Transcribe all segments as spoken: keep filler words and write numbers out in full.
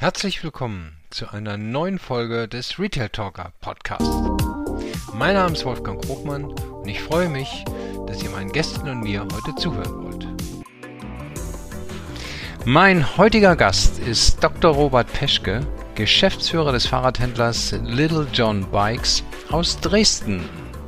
Herzlich willkommen zu einer neuen Folge des Retail Talker Podcasts. Mein Name ist Wolfgang Krogmann und ich freue mich, dass ihr meinen Gästen und mir heute zuhören wollt. Mein heutiger Gast ist Doktor Robert Peschke, Geschäftsführer des Fahrradhändlers Little John Bikes aus Dresden.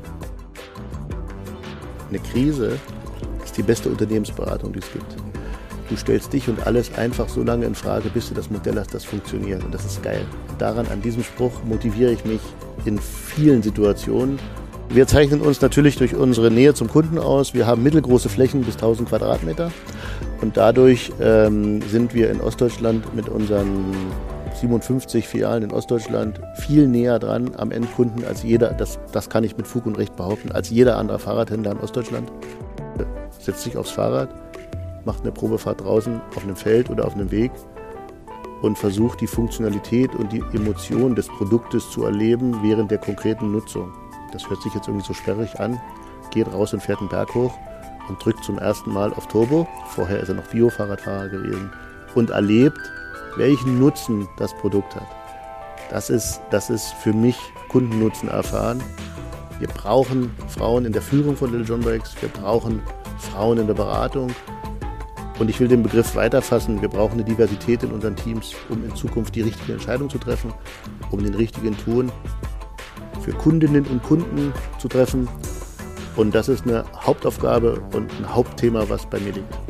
Eine Krise ist die beste Unternehmensberatung, die es gibt. Du stellst dich und alles einfach so lange in Frage, bis du das Modell hast, das funktioniert. Und das ist geil. Und daran, an diesem Spruch motiviere ich mich in vielen Situationen. Wir zeichnen uns natürlich durch unsere Nähe zum Kunden aus. Wir haben mittelgroße Flächen bis tausend Quadratmeter. Und dadurch ähm, sind wir in Ostdeutschland mit unseren siebenundfünfzig Filialen in Ostdeutschland viel näher dran am Endkunden als jeder, das, das kann ich mit Fug und Recht behaupten, als jeder andere Fahrradhändler in Ostdeutschland. Setzt sich aufs Fahrrad, macht eine Probefahrt draußen auf einem Feld oder auf einem Weg und versucht die Funktionalität und die Emotion des Produktes zu erleben während der konkreten Nutzung. Das hört sich jetzt irgendwie so sperrig an, geht raus und fährt einen Berg hoch und drückt zum ersten Mal auf Turbo, vorher ist er noch Bio-Fahrradfahrer gewesen, und erlebt, welchen Nutzen das Produkt hat. Das ist, das ist für mich Kundennutzen erfahren. Wir brauchen Frauen in der Führung von Little John Bikes, wir brauchen Frauen in der Beratung. Und ich will den Begriff weiterfassen, wir brauchen eine Diversität in unseren Teams, um in Zukunft die richtige Entscheidung zu treffen, um den richtigen Ton für Kundinnen und Kunden zu treffen. Und das ist eine Hauptaufgabe und ein Hauptthema, was bei mir liegt.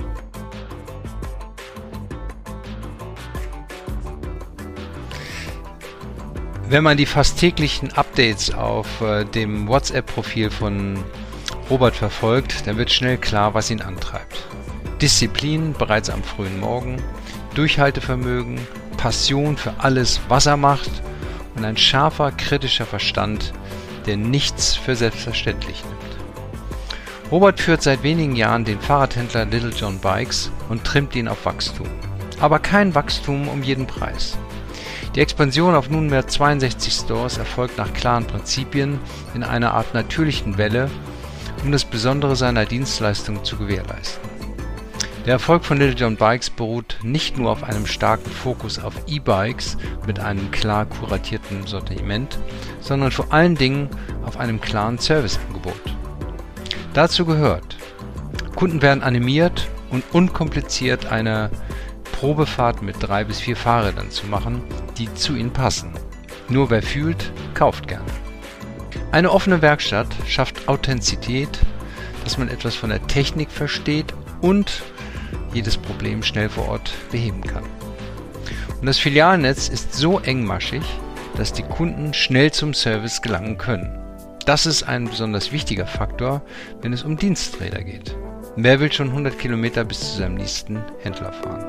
Wenn man die fast täglichen Updates auf äh, dem WhatsApp-Profil von Robert verfolgt, dann wird schnell klar, was ihn antreibt. Disziplin bereits am frühen Morgen, Durchhaltevermögen, Passion für alles, was er macht und ein scharfer, kritischer Verstand, der nichts für selbstverständlich nimmt. Robert führt seit wenigen Jahren den Fahrradhändler Little John Bikes und trimmt ihn auf Wachstum. Aber kein Wachstum um jeden Preis. Die Expansion auf nunmehr zweiundsechzig Stores erfolgt nach klaren Prinzipien in einer Art natürlichen Welle, um das Besondere seiner Dienstleistung zu gewährleisten. Der Erfolg von Little John Bikes beruht nicht nur auf einem starken Fokus auf E-Bikes mit einem klar kuratierten Sortiment, sondern vor allen Dingen auf einem klaren Serviceangebot. Dazu gehört: Kunden werden animiert und unkompliziert eine Probefahrt mit drei bis vier Fahrrädern zu machen, die zu ihnen passen. Nur wer fühlt, kauft gerne. Eine offene Werkstatt schafft Authentizität, dass man etwas von der Technik versteht und jedes Problem schnell vor Ort beheben kann. Und das Filialnetz ist so engmaschig, dass die Kunden schnell zum Service gelangen können. Das ist ein besonders wichtiger Faktor, wenn es um Diensträder geht. Wer will schon hundert Kilometer bis zu seinem nächsten Händler fahren?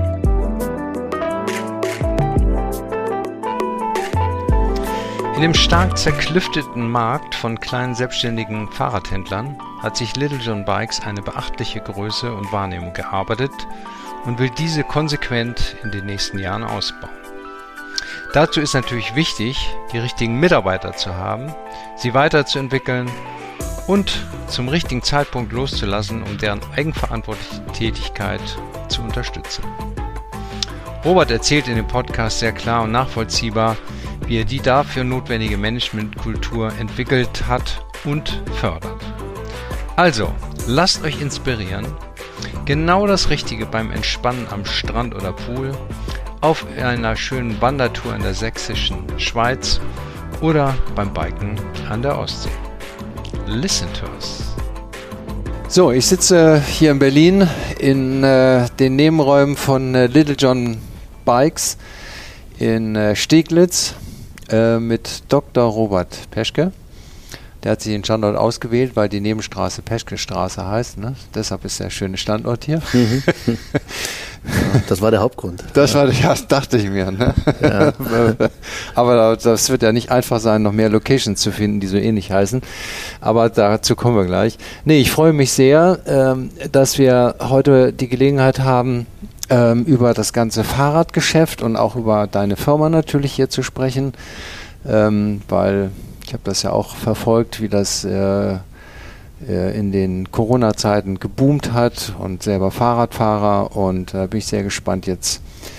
In dem stark zerklüfteten Markt von kleinen selbstständigen Fahrradhändlern hat sich Little John Bikes eine beachtliche Größe und Wahrnehmung gearbeitet und will diese konsequent in den nächsten Jahren ausbauen. Dazu ist natürlich wichtig, die richtigen Mitarbeiter zu haben, sie weiterzuentwickeln und zum richtigen Zeitpunkt loszulassen, um deren eigenverantwortliche Tätigkeit zu unterstützen. Robert erzählt in dem Podcast sehr klar und nachvollziehbar, wie er die dafür notwendige Managementkultur entwickelt hat und fördert. Also, lasst euch inspirieren. Genau das Richtige beim Entspannen am Strand oder Pool, auf einer schönen Wandertour in der sächsischen Schweiz oder beim Biken an der Ostsee. Listen to us. So, ich sitze hier in Berlin in äh, den Nebenräumen von äh, Little John Bikes in äh, Steglitz äh, mit Doktor Robert Peschke. Der hat sich den Standort ausgewählt, weil die Nebenstraße Peschke-Straße heißt. Ne? Deshalb ist der schöne Standort hier. Mhm. Das war der Hauptgrund. Das war, ja, dachte ich mir. Ne? Ja. Aber das wird ja nicht einfach sein, noch mehr Locations zu finden, die so ähnlich heißen. Aber dazu kommen wir gleich. Nee, ich freue mich sehr, ähm, dass wir heute die Gelegenheit haben, ähm, über das ganze Fahrradgeschäft und auch über deine Firma natürlich hier zu sprechen, ähm, weil ich habe das ja auch verfolgt, wie das äh, äh, in den Corona-Zeiten geboomt hat und selber Fahrradfahrer, und da äh, bin ich sehr gespannt jetzt,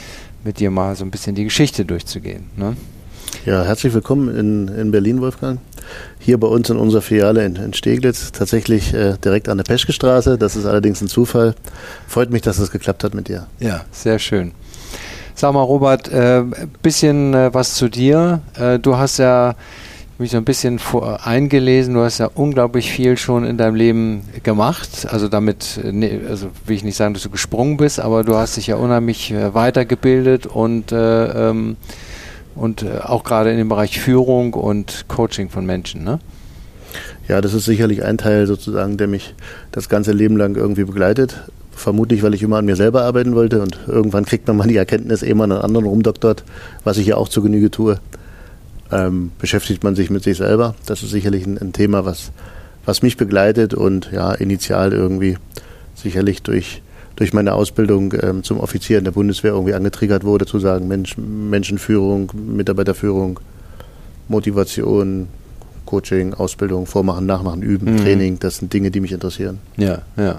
mit dir mal so ein bisschen die Geschichte durchzugehen. Ne? Ja, herzlich willkommen in, in Berlin, Wolfgang. Hier bei uns in unserer Filiale in, in Steglitz, tatsächlich äh, direkt an der Peschke-Straße. Das ist allerdings ein Zufall. Freut mich, dass es geklappt hat mit dir. Ja, sehr schön. Sag mal, Robert, äh, bisschen äh, was zu dir. Äh, du hast ja mich so ein bisschen vor, eingelesen. Du hast ja unglaublich viel schon in deinem Leben gemacht. Also damit, ne, also will ich nicht sagen, dass du gesprungen bist, aber du hast dich ja unheimlich äh, weitergebildet und äh, ähm, und äh, auch gerade in dem Bereich Führung und Coaching von Menschen, ne? Ja, das ist sicherlich ein Teil sozusagen, der mich das ganze Leben lang irgendwie begleitet. Vermutlich, weil ich immer an mir selber arbeiten wollte und irgendwann kriegt man mal die Erkenntnis, ehe man an anderen rumdoktort, was ich ja auch zur Genüge tue, ähm, beschäftigt man sich mit sich selber. Das ist sicherlich ein, ein Thema, was, was mich begleitet und ja, initial irgendwie sicherlich durch durch meine Ausbildung ähm, zum Offizier in der Bundeswehr irgendwie angetriggert wurde, zu sagen, Mensch, Menschenführung, Mitarbeiterführung, Motivation, Coaching, Ausbildung, Vormachen, Nachmachen, Üben, mhm. Training, das sind Dinge, die mich interessieren. Ja, ja.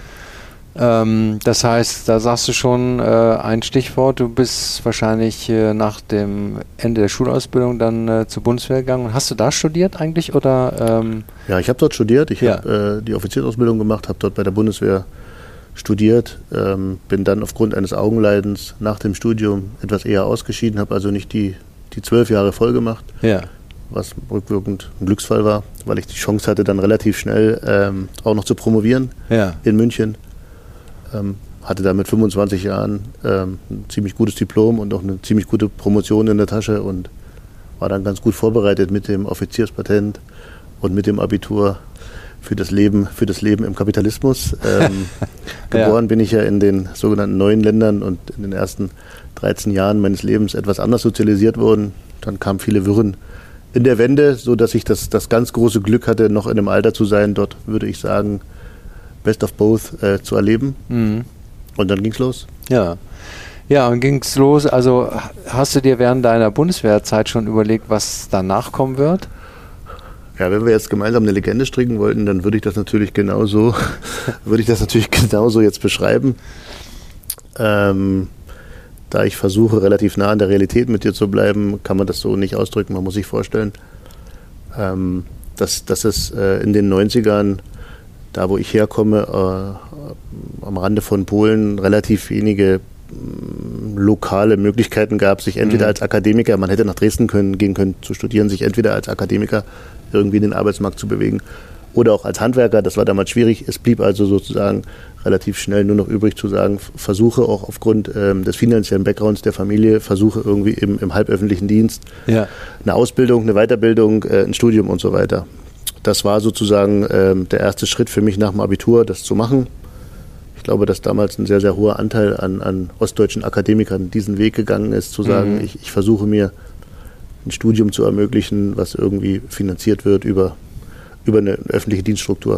Ähm, das heißt, da sagst du schon äh, ein Stichwort, du bist wahrscheinlich äh, nach dem Ende der Schulausbildung dann äh, zur Bundeswehr gegangen. Hast du da studiert eigentlich? Oder, ähm ja, ich habe dort studiert, ich ja. habe äh, die Offiziersausbildung gemacht, habe dort bei der Bundeswehr studiert, ähm, bin dann aufgrund eines Augenleidens nach dem Studium etwas eher ausgeschieden, habe also nicht die, die zwölf Jahre voll gemacht, ja. was rückwirkend ein Glücksfall war, weil ich die Chance hatte, dann relativ schnell ähm, auch noch zu promovieren ja. in München. Ähm, hatte da mit fünfundzwanzig Jahren ähm, ein ziemlich gutes Diplom und auch eine ziemlich gute Promotion in der Tasche und war dann ganz gut vorbereitet mit dem Offizierspatent und mit dem Abitur für das Leben, für das Leben im Kapitalismus. Ähm, geboren ja. bin ich ja in den sogenannten neuen Ländern und in den ersten dreizehn Jahren meines Lebens etwas anders sozialisiert worden. Dann kamen viele Wirren in der Wende, so dass ich das, das ganz große Glück hatte, noch in einem Alter zu sein. Dort würde ich sagen, best of both äh, zu erleben. Mhm. Und dann ging's los. Ja. Ja, und ging's los. Also hast du dir während deiner Bundeswehrzeit schon überlegt, was danach kommen wird? Ja, wenn wir jetzt gemeinsam eine Legende stricken wollten, dann würde ich das natürlich genauso, würde ich das natürlich genauso jetzt beschreiben. Ähm, da ich versuche, relativ nah an der Realität mit dir zu bleiben, kann man das so nicht ausdrücken. Man muss sich vorstellen, ähm, dass, dass es äh, in den neunzigern, da wo ich herkomme, äh, am Rande von Polen relativ wenige lokale Möglichkeiten gab, sich entweder mhm. als Akademiker, man hätte nach Dresden können, gehen können zu studieren, sich entweder als Akademiker irgendwie in den Arbeitsmarkt zu bewegen oder auch als Handwerker. Das war damals schwierig. Es blieb also sozusagen relativ schnell nur noch übrig zu sagen, versuche auch aufgrund ähm, des finanziellen Backgrounds der Familie, versuche irgendwie im, im halböffentlichen Dienst ja. eine Ausbildung, eine Weiterbildung, äh, ein Studium und so weiter. Das war sozusagen ähm, der erste Schritt für mich nach dem Abitur, das zu machen. Ich glaube, dass damals ein sehr, sehr hoher Anteil an, an ostdeutschen Akademikern diesen Weg gegangen ist, zu sagen, mhm. ich, ich versuche mir ein Studium zu ermöglichen, was irgendwie finanziert wird über, über eine öffentliche Dienststruktur.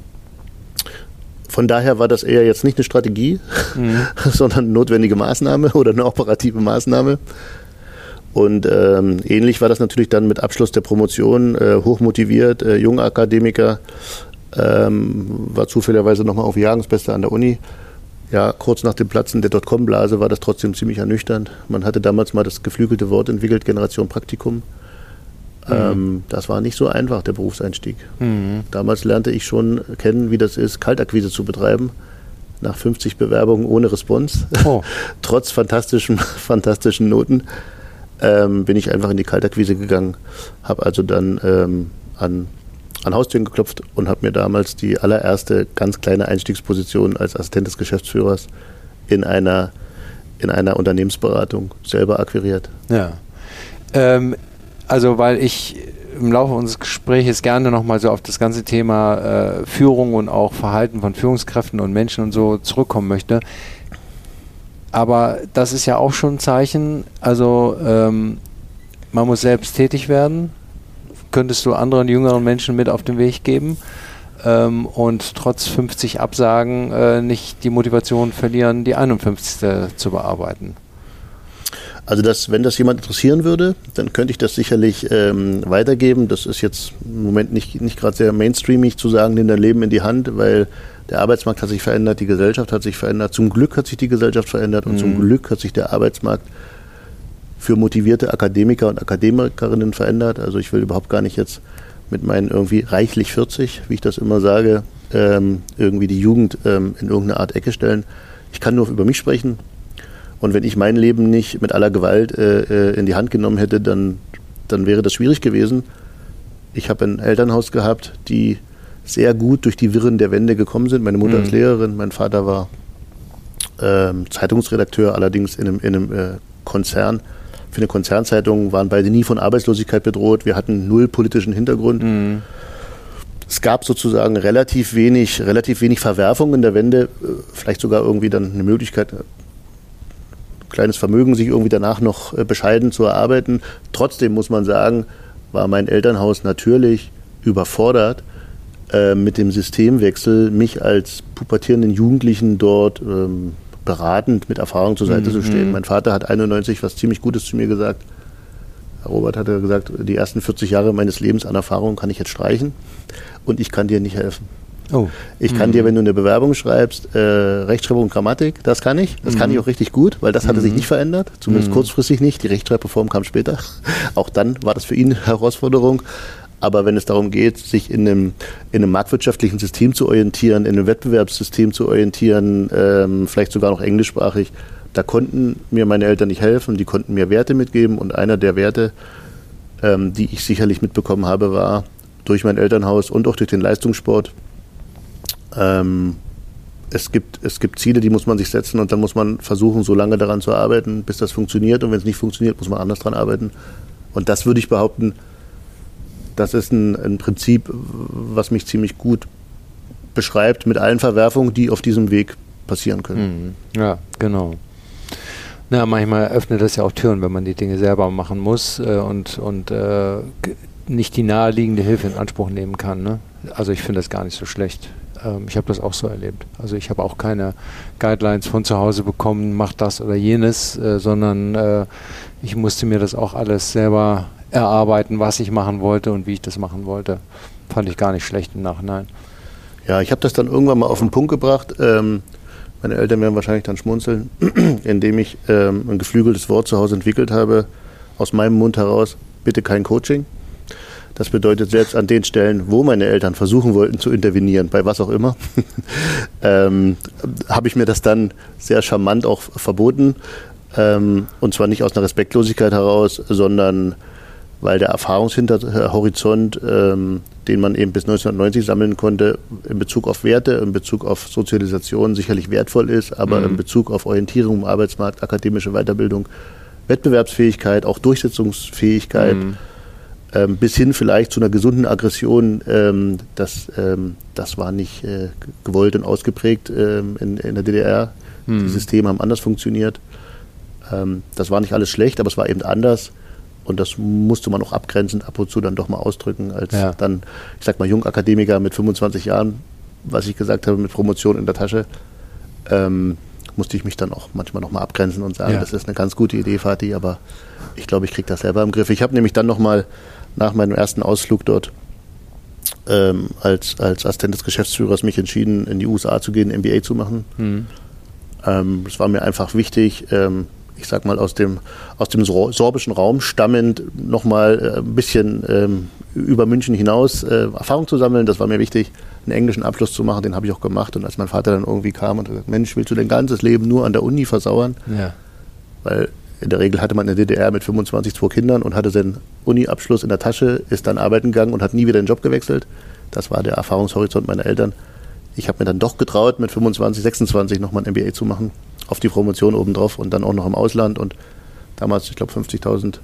Von daher war das eher jetzt nicht eine Strategie, mhm. sondern eine notwendige Maßnahme oder eine operative Maßnahme. Und ähm, ähnlich war das natürlich dann mit Abschluss der Promotion, äh, hochmotiviert, äh, junger Akademiker, ähm, war zufälligerweise nochmal auf Jagensbeste an der Uni. Ja, kurz nach dem Platzen der Dotcom-Blase war das trotzdem ziemlich ernüchternd. Man hatte damals mal das geflügelte Wort entwickelt, Generation Praktikum. Mhm. Ähm, das war nicht so einfach, der Berufseinstieg. Mhm. Damals lernte ich schon kennen, wie das ist, Kaltakquise zu betreiben. Nach fünfzig Bewerbungen ohne Response, oh. trotz fantastischen, fantastischen Noten, ähm, bin ich einfach in die Kaltakquise gegangen. Habe also dann ähm, an an Haustüren geklopft und habe mir damals die allererste ganz kleine Einstiegsposition als Assistent des Geschäftsführers in einer, in einer Unternehmensberatung selber akquiriert. Ja, ähm, also weil ich im Laufe unseres Gesprächs gerne nochmal so auf das ganze Thema äh, Führung und auch Verhalten von Führungskräften und Menschen und so zurückkommen möchte. Aber das ist ja auch schon ein Zeichen, also ähm, man muss selbst tätig werden. Könntest du anderen jüngeren Menschen mit auf den Weg geben ähm, und trotz fünfzig Absagen äh, nicht die Motivation verlieren, die einundfünfzigste zu bearbeiten? Also das, wenn das jemand interessieren würde, dann könnte ich das sicherlich ähm, weitergeben. Das ist jetzt im Moment nicht, nicht gerade sehr mainstreamig zu sagen, nimm dein Leben in die Hand, weil der Arbeitsmarkt hat sich verändert, die Gesellschaft hat sich verändert. Zum Glück hat sich die Gesellschaft verändert und mhm. zum Glück hat sich der Arbeitsmarkt für motivierte Akademiker und Akademikerinnen verändert. Also ich will überhaupt gar nicht jetzt mit meinen irgendwie reichlich vierzig, wie ich das immer sage, ähm, irgendwie die Jugend ähm, in irgendeine Art Ecke stellen. Ich kann nur über mich sprechen. Und wenn ich mein Leben nicht mit aller Gewalt äh, in die Hand genommen hätte, dann, dann wäre das schwierig gewesen. Ich habe ein Elternhaus gehabt, die sehr gut durch die Wirren der Wende gekommen sind. Meine Mutter mhm. ist Lehrerin, mein Vater war ähm, Zeitungsredakteur, allerdings in einem, in einem äh, Konzern. Für eine Konzernzeitung waren beide nie von Arbeitslosigkeit bedroht. Wir hatten null politischen Hintergrund. Mhm. Es gab sozusagen relativ wenig, relativ wenig Verwerfung in der Wende, vielleicht sogar irgendwie dann eine Möglichkeit, kleines Vermögen sich irgendwie danach noch bescheiden zu erarbeiten. Trotzdem muss man sagen, war mein Elternhaus natürlich überfordert äh, mit dem Systemwechsel, mich als pubertierenden Jugendlichen dort ähm, beratend mit Erfahrung zur Seite mhm. zu stehen. Mein Vater hat einundneunzig was ziemlich Gutes zu mir gesagt. Robert hatte gesagt, die ersten vierzig Jahre meines Lebens an Erfahrung kann ich jetzt streichen und ich kann dir nicht helfen. Oh. Ich kann mhm. dir, wenn du eine Bewerbung schreibst, äh, Rechtschreibung und Grammatik, das kann ich. Das mhm. kann ich auch richtig gut, weil das hatte mhm. sich nicht verändert, zumindest mhm. kurzfristig nicht. Die Rechtschreibreform kam später. Auch dann war das für ihn eine Herausforderung. Aber wenn es darum geht, sich in einem, in einem marktwirtschaftlichen System zu orientieren, in einem Wettbewerbssystem zu orientieren, ähm, vielleicht sogar noch englischsprachig, da konnten mir meine Eltern nicht helfen. Die konnten mir Werte mitgeben. Und einer der Werte, ähm, die ich sicherlich mitbekommen habe, war durch mein Elternhaus und auch durch den Leistungssport, Ähm, es gibt, es gibt Ziele, die muss man sich setzen und dann muss man versuchen, so lange daran zu arbeiten, bis das funktioniert. Und wenn es nicht funktioniert, muss man anders dran arbeiten. Und das würde ich behaupten, das ist ein, ein Prinzip, was mich ziemlich gut beschreibt, mit allen Verwerfungen, die auf diesem Weg passieren können. Ja, genau. Na, manchmal öffnet das ja auch Türen, wenn man die Dinge selber machen muss äh, und, und äh, nicht die naheliegende Hilfe in Anspruch nehmen kann. Ne? Also ich finde das gar nicht so schlecht. Ähm, ich habe das auch so erlebt. Also ich habe auch keine Guidelines von zu Hause bekommen, mach das oder jenes, äh, sondern äh, ich musste mir das auch alles selber erarbeiten, was ich machen wollte und wie ich das machen wollte. Fand ich gar nicht schlecht im Nachhinein. Ja, ich habe das dann irgendwann mal auf den Punkt gebracht. Ähm, meine Eltern werden wahrscheinlich dann schmunzeln, indem ich ähm, ein geflügeltes Wort zu Hause entwickelt habe, aus meinem Mund heraus, bitte kein Coaching. Das bedeutet, selbst an den Stellen, wo meine Eltern versuchen wollten zu intervenieren, bei was auch immer, ähm, habe ich mir das dann sehr charmant auch verboten. Ähm, und zwar nicht aus einer Respektlosigkeit heraus, sondern weil der Erfahrungshorizont, ähm, den man eben bis neunzehnhundertneunzig sammeln konnte, in Bezug auf Werte, in Bezug auf Sozialisation sicherlich wertvoll ist, aber mhm. in Bezug auf Orientierung im Arbeitsmarkt, akademische Weiterbildung, Wettbewerbsfähigkeit, auch Durchsetzungsfähigkeit, mhm. ähm, bis hin vielleicht zu einer gesunden Aggression, ähm, das, ähm, das war nicht äh, gewollt und ausgeprägt ähm, in, in der D D R. Mhm. Die Systeme haben anders funktioniert. Ähm, das war nicht alles schlecht, aber es war eben anders. Und das musste man auch abgrenzend ab und zu dann doch mal ausdrücken, als ja. dann, ich sag mal, Jungakademiker mit fünfundzwanzig Jahren, was ich gesagt habe, mit Promotion in der Tasche, ähm, musste ich mich dann auch manchmal noch mal abgrenzen und sagen, ja. das ist eine ganz gute Idee, Vati, aber ich glaube, ich kriege das selber im Griff. Ich habe nämlich dann noch mal nach meinem ersten Ausflug dort ähm, als, als Assistent des Geschäftsführers mich entschieden, in die U S A zu gehen, ein M B A zu machen. Mhm. Ähm, es war mir einfach wichtig, ähm, ich sag mal, aus dem, aus dem sorbischen Raum stammend nochmal ein bisschen ähm, über München hinaus äh, Erfahrung zu sammeln. Das war mir wichtig, einen englischen Abschluss zu machen, den habe ich auch gemacht. Und als mein Vater dann irgendwie kam und gesagt, Mensch, willst du dein ganzes Leben nur an der Uni versauern? Ja. Weil in der Regel hatte man in der D D R mit fünfundzwanzig zwei Kindern und hatte seinen Uni-Abschluss in der Tasche, ist dann arbeiten gegangen und hat nie wieder den Job gewechselt. Das war der Erfahrungshorizont meiner Eltern. Ich habe mir dann doch getraut, mit fünfundzwanzig, sechsundzwanzig nochmal ein M B A zu machen, auf die Promotion obendrauf und dann auch noch im Ausland. Und damals, ich glaube, fünfzigtausend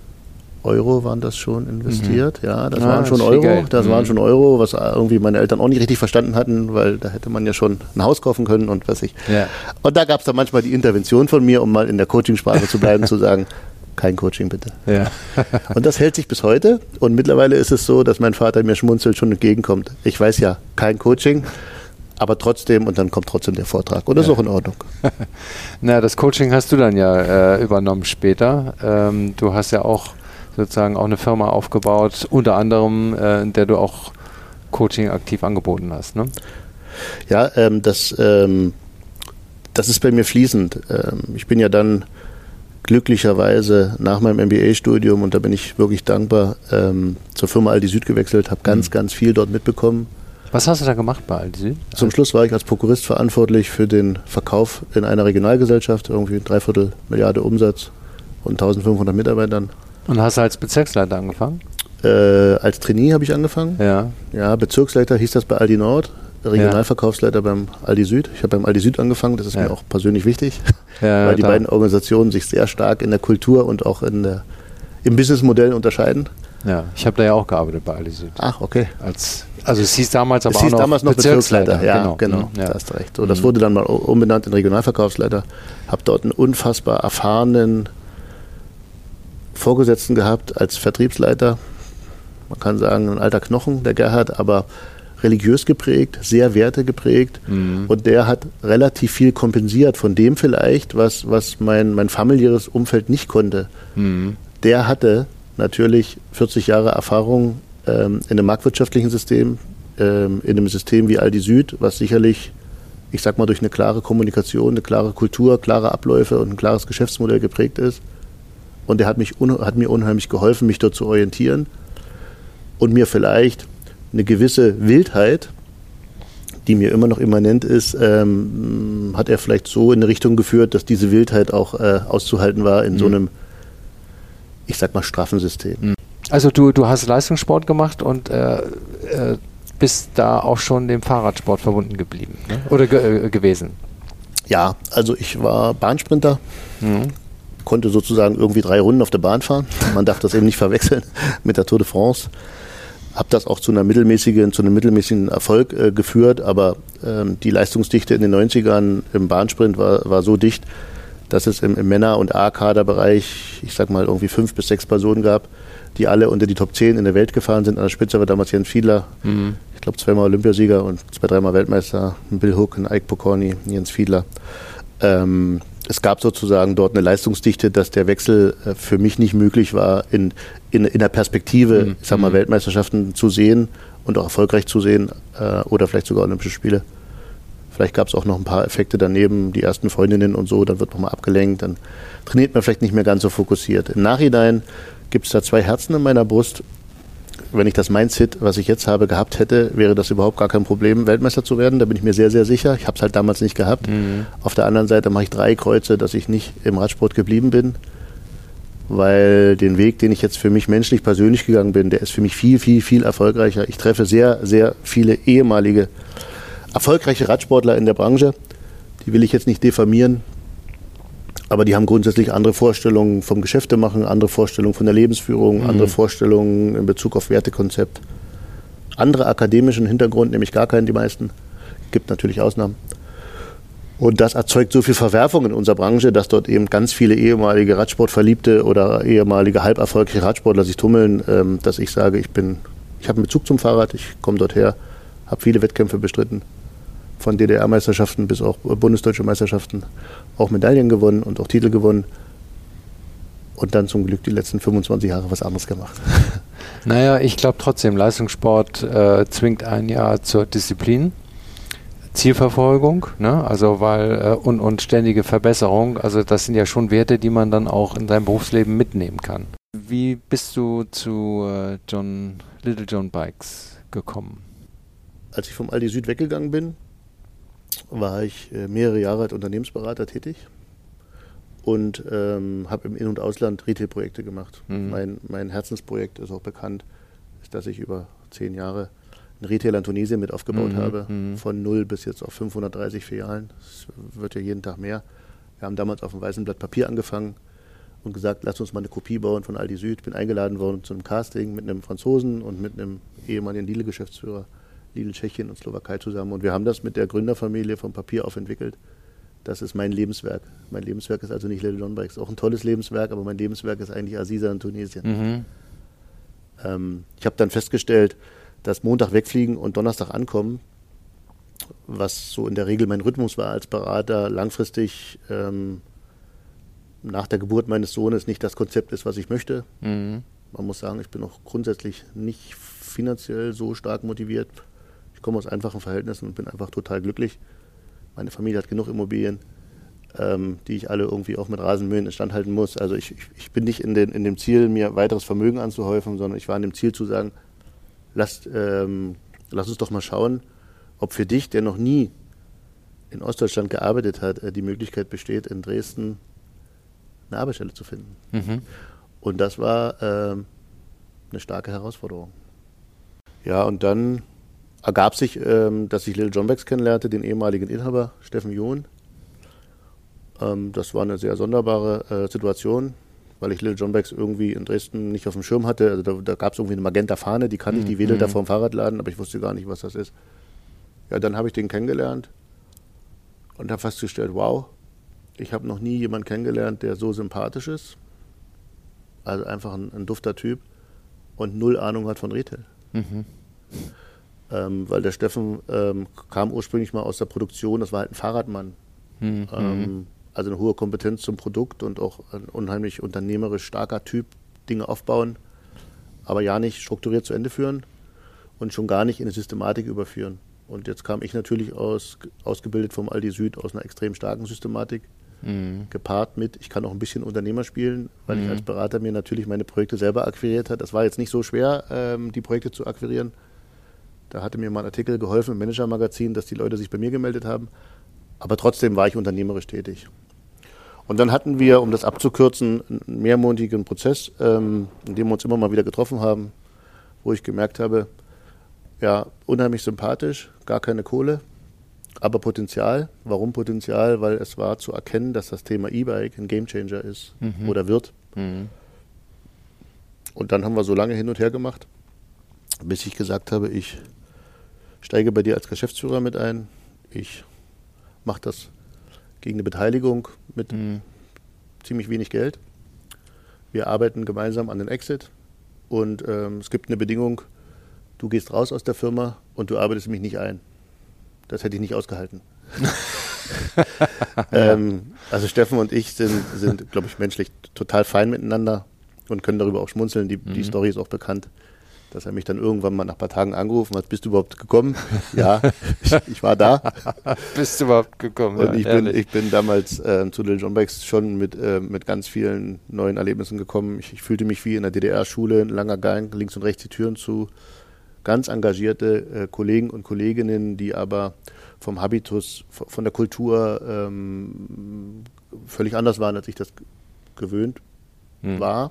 Euro waren das schon investiert. Mhm. Ja, das ah, waren schon das Euro. Das mhm. waren schon Euro, was irgendwie meine Eltern auch nicht richtig verstanden hatten, weil da hätte man ja schon ein Haus kaufen können und was ich. Ja. Und da gab es dann manchmal die Intervention von mir, um mal in der Coachingsprache zu bleiben, zu sagen, kein Coaching bitte. Ja. Und das hält sich bis heute. Und mittlerweile ist es so, dass mein Vater mir schmunzelnd schon entgegenkommt. Ich weiß ja, kein Coaching. aber trotzdem, und dann kommt trotzdem der Vortrag. Und das ja. ist auch in Ordnung. Na, das Coaching hast du dann ja äh, übernommen später. Ähm, du hast ja auch sozusagen auch eine Firma aufgebaut, unter anderem, äh, in der du auch Coaching aktiv angeboten hast, ne? Ja, ähm, das, ähm, das ist bei mir fließend. Ähm, ich bin ja dann glücklicherweise nach meinem M B A-Studium, und da bin ich wirklich dankbar, ähm, zur Firma Aldi Süd gewechselt, habe ganz, mhm. ganz viel dort mitbekommen. Was hast du da gemacht bei Aldi Süd? Zum Schluss war ich als Prokurist verantwortlich für den Verkauf in einer Regionalgesellschaft, irgendwie dreiviertel Milliarde Umsatz und eintausendfünfhundert Mitarbeitern. Und hast du als Bezirksleiter angefangen? Äh, als Trainee habe ich angefangen. Ja. Ja, Bezirksleiter hieß das bei Aldi Nord, Regionalverkaufsleiter ja. beim Aldi Süd. Ich habe beim Aldi Süd angefangen, das ist ja. mir auch persönlich wichtig, ja, weil die da. beiden Organisationen sich sehr stark in der Kultur und auch in der, im Businessmodell unterscheiden. Ja, ich habe da ja auch gearbeitet bei Aldi Süd. Ach, okay. Als, also es hieß damals aber es hieß auch noch, damals noch Bezirksleiter. Bezirksleiter. Ja, genau, genau. Ja. Da hast du recht. So, das mhm. wurde dann mal umbenannt in Regionalverkaufsleiter. Habe dort einen unfassbar erfahrenen Vorgesetzten gehabt als Vertriebsleiter. Man kann sagen, ein alter Knochen, der Gerhard, aber religiös geprägt, sehr Werte geprägt. Mhm. Und der hat relativ viel kompensiert von dem vielleicht, was, was mein, mein familiäres Umfeld nicht konnte. Mhm. Der hatte natürlich vierzig Jahre Erfahrung ähm, in einem marktwirtschaftlichen System, ähm, in einem System wie Aldi Süd, was sicherlich, ich sag mal, durch eine klare Kommunikation, eine klare Kultur, klare Abläufe und ein klares Geschäftsmodell geprägt ist. Und der hat, mich un- hat mir unheimlich geholfen, mich dort zu orientieren und mir vielleicht eine gewisse Wildheit, die mir immer noch immanent ist, ähm, hat er vielleicht so in eine Richtung geführt, dass diese Wildheit auch äh, auszuhalten war in mhm. so einem, ich sag mal, straffen System. Also du, du hast Leistungssport gemacht und äh, äh, bist da auch schon dem Fahrradsport verbunden geblieben, ne? Oder ge- äh, gewesen? Ja, also ich war Bahnsprinter, mhm. konnte sozusagen irgendwie drei Runden auf der Bahn fahren. Man darf das eben nicht verwechseln mit der Tour de France. Habe das auch zu einer mittelmäßigen, zu einem mittelmäßigen Erfolg äh, geführt, aber ähm, die Leistungsdichte in den neunzigern im Bahnsprint war, war so dicht, dass es im, im Männer- und A-Kaderbereich, ich sag mal, irgendwie fünf bis sechs Personen gab, die alle unter die Top zehn in der Welt gefahren sind. An der Spitze war damals Jens Fiedler, mhm. ich glaube zweimal Olympiasieger und zwei, dreimal Weltmeister, ein Bill Hook, ein Ike Pokorny, Jens Fiedler. Ähm, es gab sozusagen dort eine Leistungsdichte, dass der Wechsel äh, für mich nicht möglich war, in, in, in der Perspektive, mhm. ich sag mal, Weltmeisterschaften zu sehen und auch erfolgreich zu sehen äh, oder vielleicht sogar Olympische Spiele. Vielleicht gab es auch noch ein paar Effekte daneben, die ersten Freundinnen und so, dann wird nochmal abgelenkt, dann trainiert man vielleicht nicht mehr ganz so fokussiert. Im Nachhinein gibt es da zwei Herzen in meiner Brust. Wenn ich das Mindset, was ich jetzt habe, gehabt hätte, wäre das überhaupt gar kein Problem, Weltmeister zu werden. Da bin ich mir sehr, sehr sicher. Ich habe es halt damals nicht gehabt. Mhm. Auf der anderen Seite mache ich drei Kreuze, dass ich nicht im Radsport geblieben bin, weil den Weg, den ich jetzt für mich menschlich persönlich gegangen bin, der ist für mich viel, viel, viel erfolgreicher. Ich treffe sehr, sehr viele ehemalige erfolgreiche Radsportler in der Branche. Die will ich jetzt nicht diffamieren. Aber die haben grundsätzlich andere Vorstellungen vom Geschäftemachen, andere Vorstellungen von der Lebensführung, mhm. andere Vorstellungen in Bezug auf Wertekonzept. Andere akademischen Hintergrund, nämlich gar keinen, die meisten. Gibt natürlich Ausnahmen. Und das erzeugt so viel Verwerfung in unserer Branche, dass dort eben ganz viele ehemalige Radsportverliebte oder ehemalige halb erfolgreiche Radsportler sich tummeln, ähm, dass ich sage, ich bin, ich habe einen Bezug zum Fahrrad, ich komme dort her, habe viele Wettkämpfe bestritten. Von D D R-Meisterschaften bis auch bundesdeutsche Meisterschaften auch Medaillen gewonnen und auch Titel gewonnen und dann zum Glück die letzten fünfundzwanzig Jahre was anderes gemacht. Naja, ich glaube trotzdem, Leistungssport äh, zwingt einen ja zur Disziplin, Zielverfolgung, ne? Also weil äh, und, und ständige Verbesserung, also das sind ja schon Werte, die man dann auch in seinem Berufsleben mitnehmen kann. Wie bist du zu äh, John, Little John Bikes gekommen? Als ich vom Aldi Süd weggegangen bin, war ich äh, mehrere Jahre als Unternehmensberater tätig und ähm, habe im In- und Ausland Retail-Projekte gemacht. Mhm. Mein, mein Herzensprojekt ist auch bekannt, ist, dass ich über zehn Jahre einen Retailer in Tunesien mit aufgebaut mhm. habe, mhm. von null bis jetzt auf fünfhundertdreißig Filialen. Das wird ja jeden Tag mehr. Wir haben damals auf einem weißen Blatt Papier angefangen und gesagt, lass uns mal eine Kopie bauen von Aldi Süd. Bin eingeladen worden zu einem Casting mit einem Franzosen und mit einem ehemaligen Lidl-Geschäftsführer. Lidl Tschechien und Slowakei zusammen. Und wir haben das mit der Gründerfamilie vom Papier auf entwickelt. Das ist mein Lebenswerk. Mein Lebenswerk ist also nicht Little John Bikes. Auch ein tolles Lebenswerk, aber mein Lebenswerk ist eigentlich Aziza in Tunesien. Mhm. Ähm, ich habe dann festgestellt, dass Montag wegfliegen und Donnerstag ankommen was so in der Regel mein Rhythmus war als Berater, langfristig ähm, nach der Geburt meines Sohnes nicht das Konzept ist, was ich möchte. Mhm. Man muss sagen, ich bin auch grundsätzlich nicht finanziell so stark motiviert. Ich komme aus einfachen Verhältnissen und bin einfach total glücklich. Meine Familie hat genug Immobilien, ähm, die ich alle irgendwie auch mit Rasenmähen instand halten muss. Also ich, ich, ich bin nicht in, den, in dem Ziel, mir weiteres Vermögen anzuhäufen, sondern ich war in dem Ziel zu sagen, lass, ähm, lass uns doch mal schauen, ob für dich, der noch nie in Ostdeutschland gearbeitet hat, die Möglichkeit besteht, in Dresden eine Arbeitsstelle zu finden. Mhm. Und das war äh, eine starke Herausforderung. Ja, und dann ergab sich, ähm, dass ich Little John Bags kennenlernte, den ehemaligen Inhaber, Steffen John. Ähm, das war eine sehr sonderbare äh, Situation, weil ich Little John Bags irgendwie in Dresden nicht auf dem Schirm hatte. Also da, da gab es irgendwie eine Magenta-Fahne, die kannte ich, die wedelt da vor dem Fahrradladen, aber ich wusste gar nicht, was das ist. Ja, dann habe ich den kennengelernt und habe festgestellt, wow, ich habe noch nie jemanden kennengelernt, der so sympathisch ist. Also einfach ein, ein dufter Typ und null Ahnung hat von Retail. Mhm. Ähm, weil der Steffen ähm, kam ursprünglich mal aus der Produktion, das war halt ein Fahrradmann. Mhm. Ähm, also eine hohe Kompetenz zum Produkt und auch ein unheimlich unternehmerisch starker Typ, Dinge aufbauen, aber ja nicht strukturiert zu Ende führen und schon gar nicht in eine Systematik überführen. Und jetzt kam ich natürlich aus, ausgebildet vom Aldi Süd aus einer extrem starken Systematik, mhm. gepaart mit, ich kann auch ein bisschen Unternehmer spielen, weil mhm. ich als Berater mir natürlich meine Projekte selber akquiriert habe. Das war jetzt nicht so schwer, ähm, die Projekte zu akquirieren. Da hatte mir mal ein Artikel geholfen im Manager-Magazin, dass die Leute sich bei mir gemeldet haben. Aber trotzdem war ich unternehmerisch tätig. Und dann hatten wir, um das abzukürzen, einen mehrmonatigen Prozess, ähm, in dem wir uns immer mal wieder getroffen haben, wo ich gemerkt habe, ja, unheimlich sympathisch, gar keine Kohle, aber Potenzial. Warum Potenzial? Weil es war zu erkennen, dass das Thema E-Bike ein Gamechanger ist mhm. oder wird. Mhm. Und dann haben wir so lange hin und her gemacht, bis ich gesagt habe, ich steige bei dir als Geschäftsführer mit ein. Ich mache das gegen eine Beteiligung mit mhm. ziemlich wenig Geld. Wir arbeiten gemeinsam an den Exit und ähm, es gibt eine Bedingung, du gehst raus aus der Firma und du arbeitest mich nicht ein. Das hätte ich nicht ausgehalten. ähm, also Steffen und ich sind, sind glaube ich, menschlich total fein miteinander und können darüber auch schmunzeln. Die, mhm. die Story ist auch bekannt, dass er mich dann irgendwann mal nach ein paar Tagen angerufen hat, bist du überhaupt gekommen? Ja, ich, ich war da. Bist du überhaupt gekommen? Und ja, ich, bin, ich bin damals äh, zu Little John Bags schon mit, äh, mit ganz vielen neuen Erlebnissen gekommen. Ich, ich fühlte mich wie in der D D R-Schule, ein langer Gang, links und rechts die Türen zu. Ganz engagierte äh, Kollegen und Kolleginnen, die aber vom Habitus, von der Kultur ähm, völlig anders waren, als ich das gewöhnt hm. war.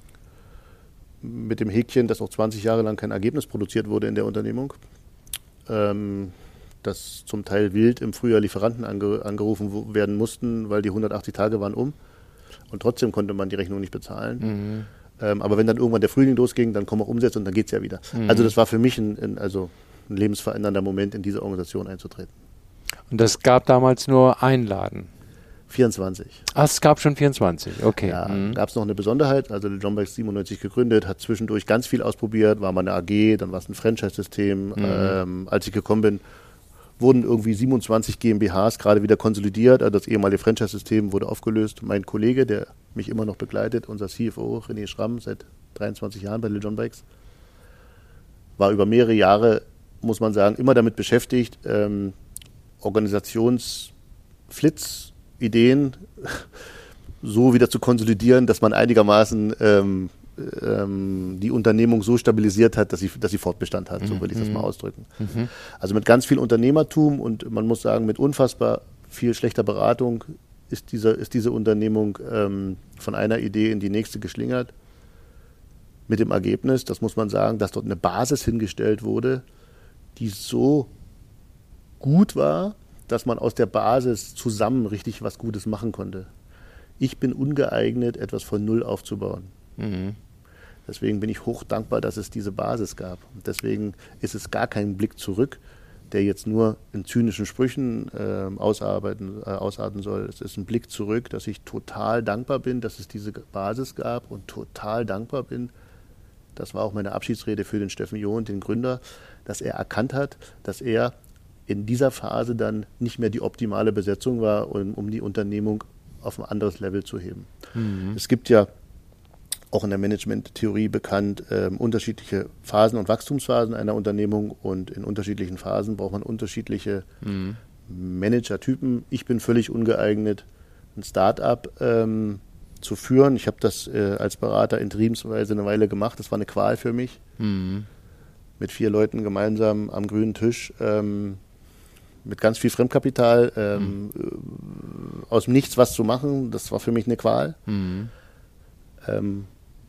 Mit dem Häkchen, dass auch zwanzig Jahre lang kein Ergebnis produziert wurde in der Unternehmung. Ähm, dass zum Teil wild im Frühjahr Lieferanten ange, angerufen werden mussten, weil die hundertachtzig Tage waren um. Und trotzdem konnte man die Rechnung nicht bezahlen. Mhm. Ähm, aber wenn dann irgendwann der Frühling losging, dann kommen auch Umsätze und dann geht es ja wieder. Mhm. Also das war für mich ein, ein, also ein lebensverändernder Moment, in diese Organisation einzutreten. Und das gab damals nur einen Laden? vierundzwanzig. Ach, es gab schon vierundzwanzig, okay. Ja, mhm. gab es noch eine Besonderheit. Also John Bags siebenundneunzig gegründet, hat zwischendurch ganz viel ausprobiert, war mal eine A G, dann war es ein Franchise-System. Mhm. Ähm, als ich gekommen bin, wurden irgendwie siebenundzwanzig GmbHs gerade wieder konsolidiert. Also das ehemalige Franchise-System wurde aufgelöst. Mein Kollege, der mich immer noch begleitet, unser C F O, René Schramm, seit dreiundzwanzig Jahren bei Little John Bags, war über mehrere Jahre, muss man sagen, immer damit beschäftigt, ähm, Organisationsflitz Ideen so wieder zu konsolidieren, dass man einigermaßen ähm, ähm, die Unternehmung so stabilisiert hat, dass sie, dass sie Fortbestand hat, so will ich das mal ausdrücken. Mhm. Also mit ganz viel Unternehmertum und man muss sagen, mit unfassbar viel schlechter Beratung ist, dieser, ist diese Unternehmung ähm, von einer Idee in die nächste geschlingert. Mit dem Ergebnis, das muss man sagen, dass dort eine Basis hingestellt wurde, die so gut war, dass man aus der Basis zusammen richtig was Gutes machen konnte. Ich bin ungeeignet, etwas von Null aufzubauen. Mhm. Deswegen bin ich hoch dankbar, dass es diese Basis gab. Und deswegen ist es gar kein Blick zurück, der jetzt nur in zynischen Sprüchen äh, ausarbeiten, äh, ausarten soll. Es ist ein Blick zurück, dass ich total dankbar bin, dass es diese Basis gab und total dankbar bin, das war auch meine Abschiedsrede für den Steffen John, den Gründer, dass er erkannt hat, dass er in dieser Phase dann nicht mehr die optimale Besetzung war, um, um die Unternehmung auf ein anderes Level zu heben. Mhm. Es gibt ja auch in der Management-Theorie bekannt, ähm, unterschiedliche Phasen und Wachstumsphasen einer Unternehmung, und in unterschiedlichen Phasen braucht man unterschiedliche mhm. Manager-Typen. Ich bin völlig ungeeignet, ein Start-up ähm, zu führen. Ich habe das äh, als Berater interimsweise eine Weile gemacht. Das war eine Qual für mich. Mhm. Mit vier Leuten gemeinsam am grünen Tisch, ähm, mit ganz viel Fremdkapital, ähm, mhm. äh, aus dem Nichts was zu machen. Das war für mich eine Qual. Mhm. Ähm,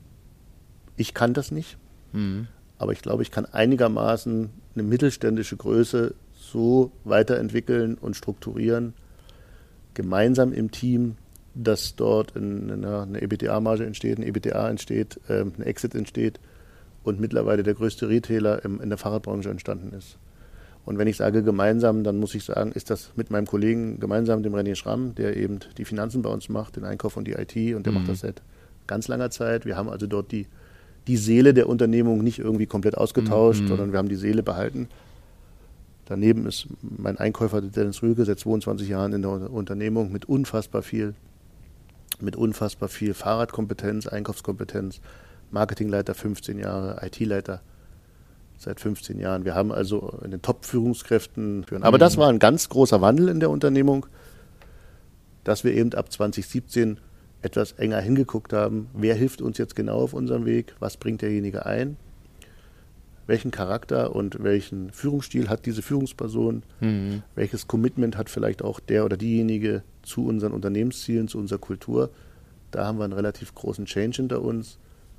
ich kann das nicht, mhm. aber ich glaube, ich kann einigermaßen eine mittelständische Größe so weiterentwickeln und strukturieren, gemeinsam im Team, dass dort eine, eine EBITDA-Marge entsteht, ein EBITDA entsteht, ähm, ein Exit entsteht und mittlerweile der größte Retailer im, in der Fahrradbranche entstanden ist. Und wenn ich sage gemeinsam, dann muss ich sagen, ist das mit meinem Kollegen gemeinsam, dem René Schramm, der eben die Finanzen bei uns macht, den Einkauf und die I T, und der mhm. macht das seit ganz langer Zeit. Wir haben also dort die, die Seele der Unternehmung nicht irgendwie komplett ausgetauscht, mhm. sondern wir haben die Seele behalten. Daneben ist mein Einkäufer Dennis Rühlke seit zweiundzwanzig Jahren in der Unternehmung mit unfassbar viel, mit unfassbar viel Fahrradkompetenz, Einkaufskompetenz, Marketingleiter fünfzehn Jahre, I T-Leiter seit fünfzehn Jahren. Wir haben also in den Top-Führungskräften, aber mhm. das war ein ganz großer Wandel in der Unternehmung, dass wir eben ab zwanzig siebzehn etwas enger hingeguckt haben, wer hilft uns jetzt genau auf unserem Weg, was bringt derjenige ein, welchen Charakter und welchen Führungsstil hat diese Führungsperson, mhm. welches Commitment hat vielleicht auch der oder diejenige zu unseren Unternehmenszielen, zu unserer Kultur. Da haben wir einen relativ großen Change hinter uns,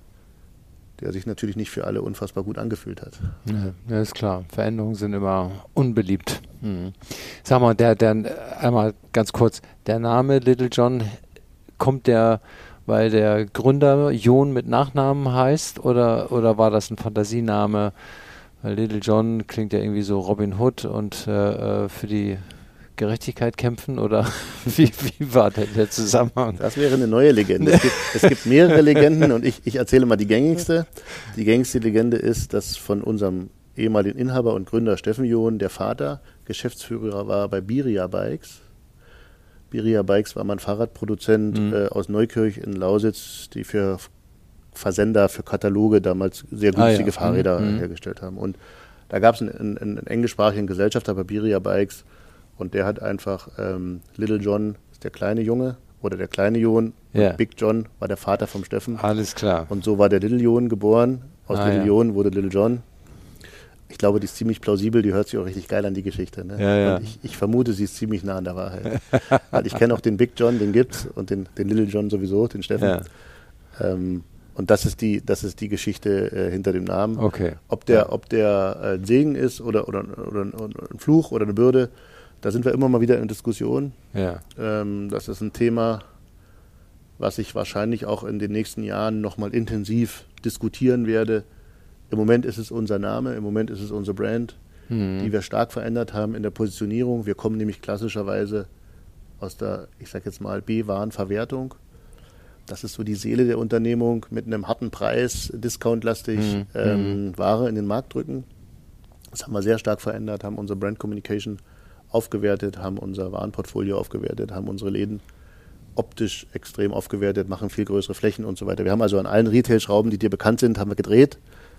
der sich natürlich nicht für alle unfassbar gut angefühlt hat. Ja, ja, ist klar. Veränderungen sind immer unbeliebt. Mhm. Sag mal, der, der, einmal ganz kurz, der Name Little John, kommt der, weil der Gründer John mit Nachnamen heißt, oder, oder war das ein Fantasiename? Weil Little John klingt ja irgendwie so Robin Hood und äh, für die Gerechtigkeit kämpfen, oder wie, wie war denn der Zusammenhang? Das wäre eine neue Legende. Es gibt, es gibt mehrere Legenden, und ich, ich erzähle mal die gängigste. Die gängigste Legende ist, dass von unserem ehemaligen Inhaber und Gründer Steffen John, der Vater, Geschäftsführer war bei Biria Bikes. Biria Bikes war mal ein Fahrradproduzent mhm. äh, aus Neukirch in Lausitz, die für Versender, für Kataloge damals sehr günstige ah, ja. Fahrräder mhm. hergestellt haben. Und da gab es einen, einen, einen englischsprachigen Gesellschafter bei Biria Bikes, und der hat einfach ähm, Little John ist der kleine Junge oder der kleine John, ja. und Big John war der Vater vom Steffen. Alles klar. Und so war der Little John geboren. Aus ah, Little ja. John wurde Little John. Ich glaube, die ist ziemlich plausibel, die hört sich auch richtig geil an, die Geschichte. Ne? Ja, ja. Und ich, ich vermute, sie ist ziemlich nah an der Wahrheit. Weil ich kenne auch den Big John, den gibt's, und den, den Little John sowieso, den Steffen. Ja. Ähm, und das ist die, das ist die Geschichte äh, hinter dem Namen. Okay. Ob der, ja. ob der äh, ein Segen ist oder, oder, oder, oder ein Fluch oder eine Bürde, da sind wir immer mal wieder in Diskussion. Ja. Ähm, das ist ein Thema, was ich wahrscheinlich auch in den nächsten Jahren nochmal intensiv diskutieren werde. Im Moment ist es unser Name, im Moment ist es unsere Brand, mhm. die wir stark verändert haben in der Positionierung. Wir kommen nämlich klassischerweise aus der, ich sag jetzt mal, B-Warenverwertung. Das ist so die Seele der Unternehmung, mit einem harten Preis, discountlastig mhm. ähm, Ware in den Markt drücken. Das haben wir sehr stark verändert, haben unsere Brand Communication aufgewertet, haben unser Warenportfolio aufgewertet, haben unsere Läden optisch extrem aufgewertet, machen viel größere Flächen und so weiter. Wir haben also an allen Retail-Schrauben, die dir bekannt sind, haben wir gedreht,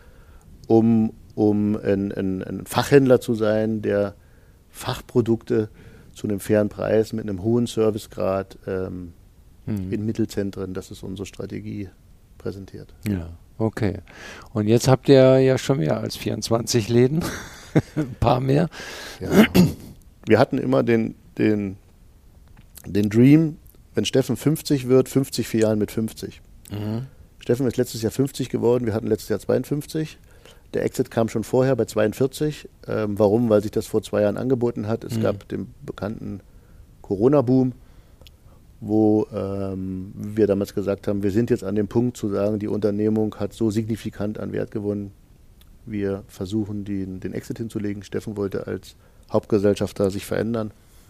um, um ein, ein, ein Fachhändler zu sein, der Fachprodukte zu einem fairen Preis mit einem hohen Servicegrad ähm, mhm. in Mittelzentren, das ist unsere Strategie, präsentiert. Ja, okay. Und jetzt habt ihr ja schon mehr als vierundzwanzig Läden, ein paar mehr. Ja. Wir hatten immer den, den, den Dream, wenn Steffen fünfzig wird, fünfzig Filialen mit fünfzig. Mhm. Steffen ist letztes Jahr fünfzig geworden, wir hatten letztes Jahr zweiundfünfzig. Der Exit kam schon vorher bei zweiundvierzig. Ähm, warum? Weil sich das vor zwei Jahren angeboten hat. Es mhm. gab den bekannten Corona-Boom, wo ähm, wir damals gesagt haben, wir sind jetzt an dem Punkt zu sagen, die Unternehmung hat so signifikant an Wert gewonnen. Wir versuchen, den, den Exit hinzulegen. Steffen wollte als Hauptgesellschafter sich verändern.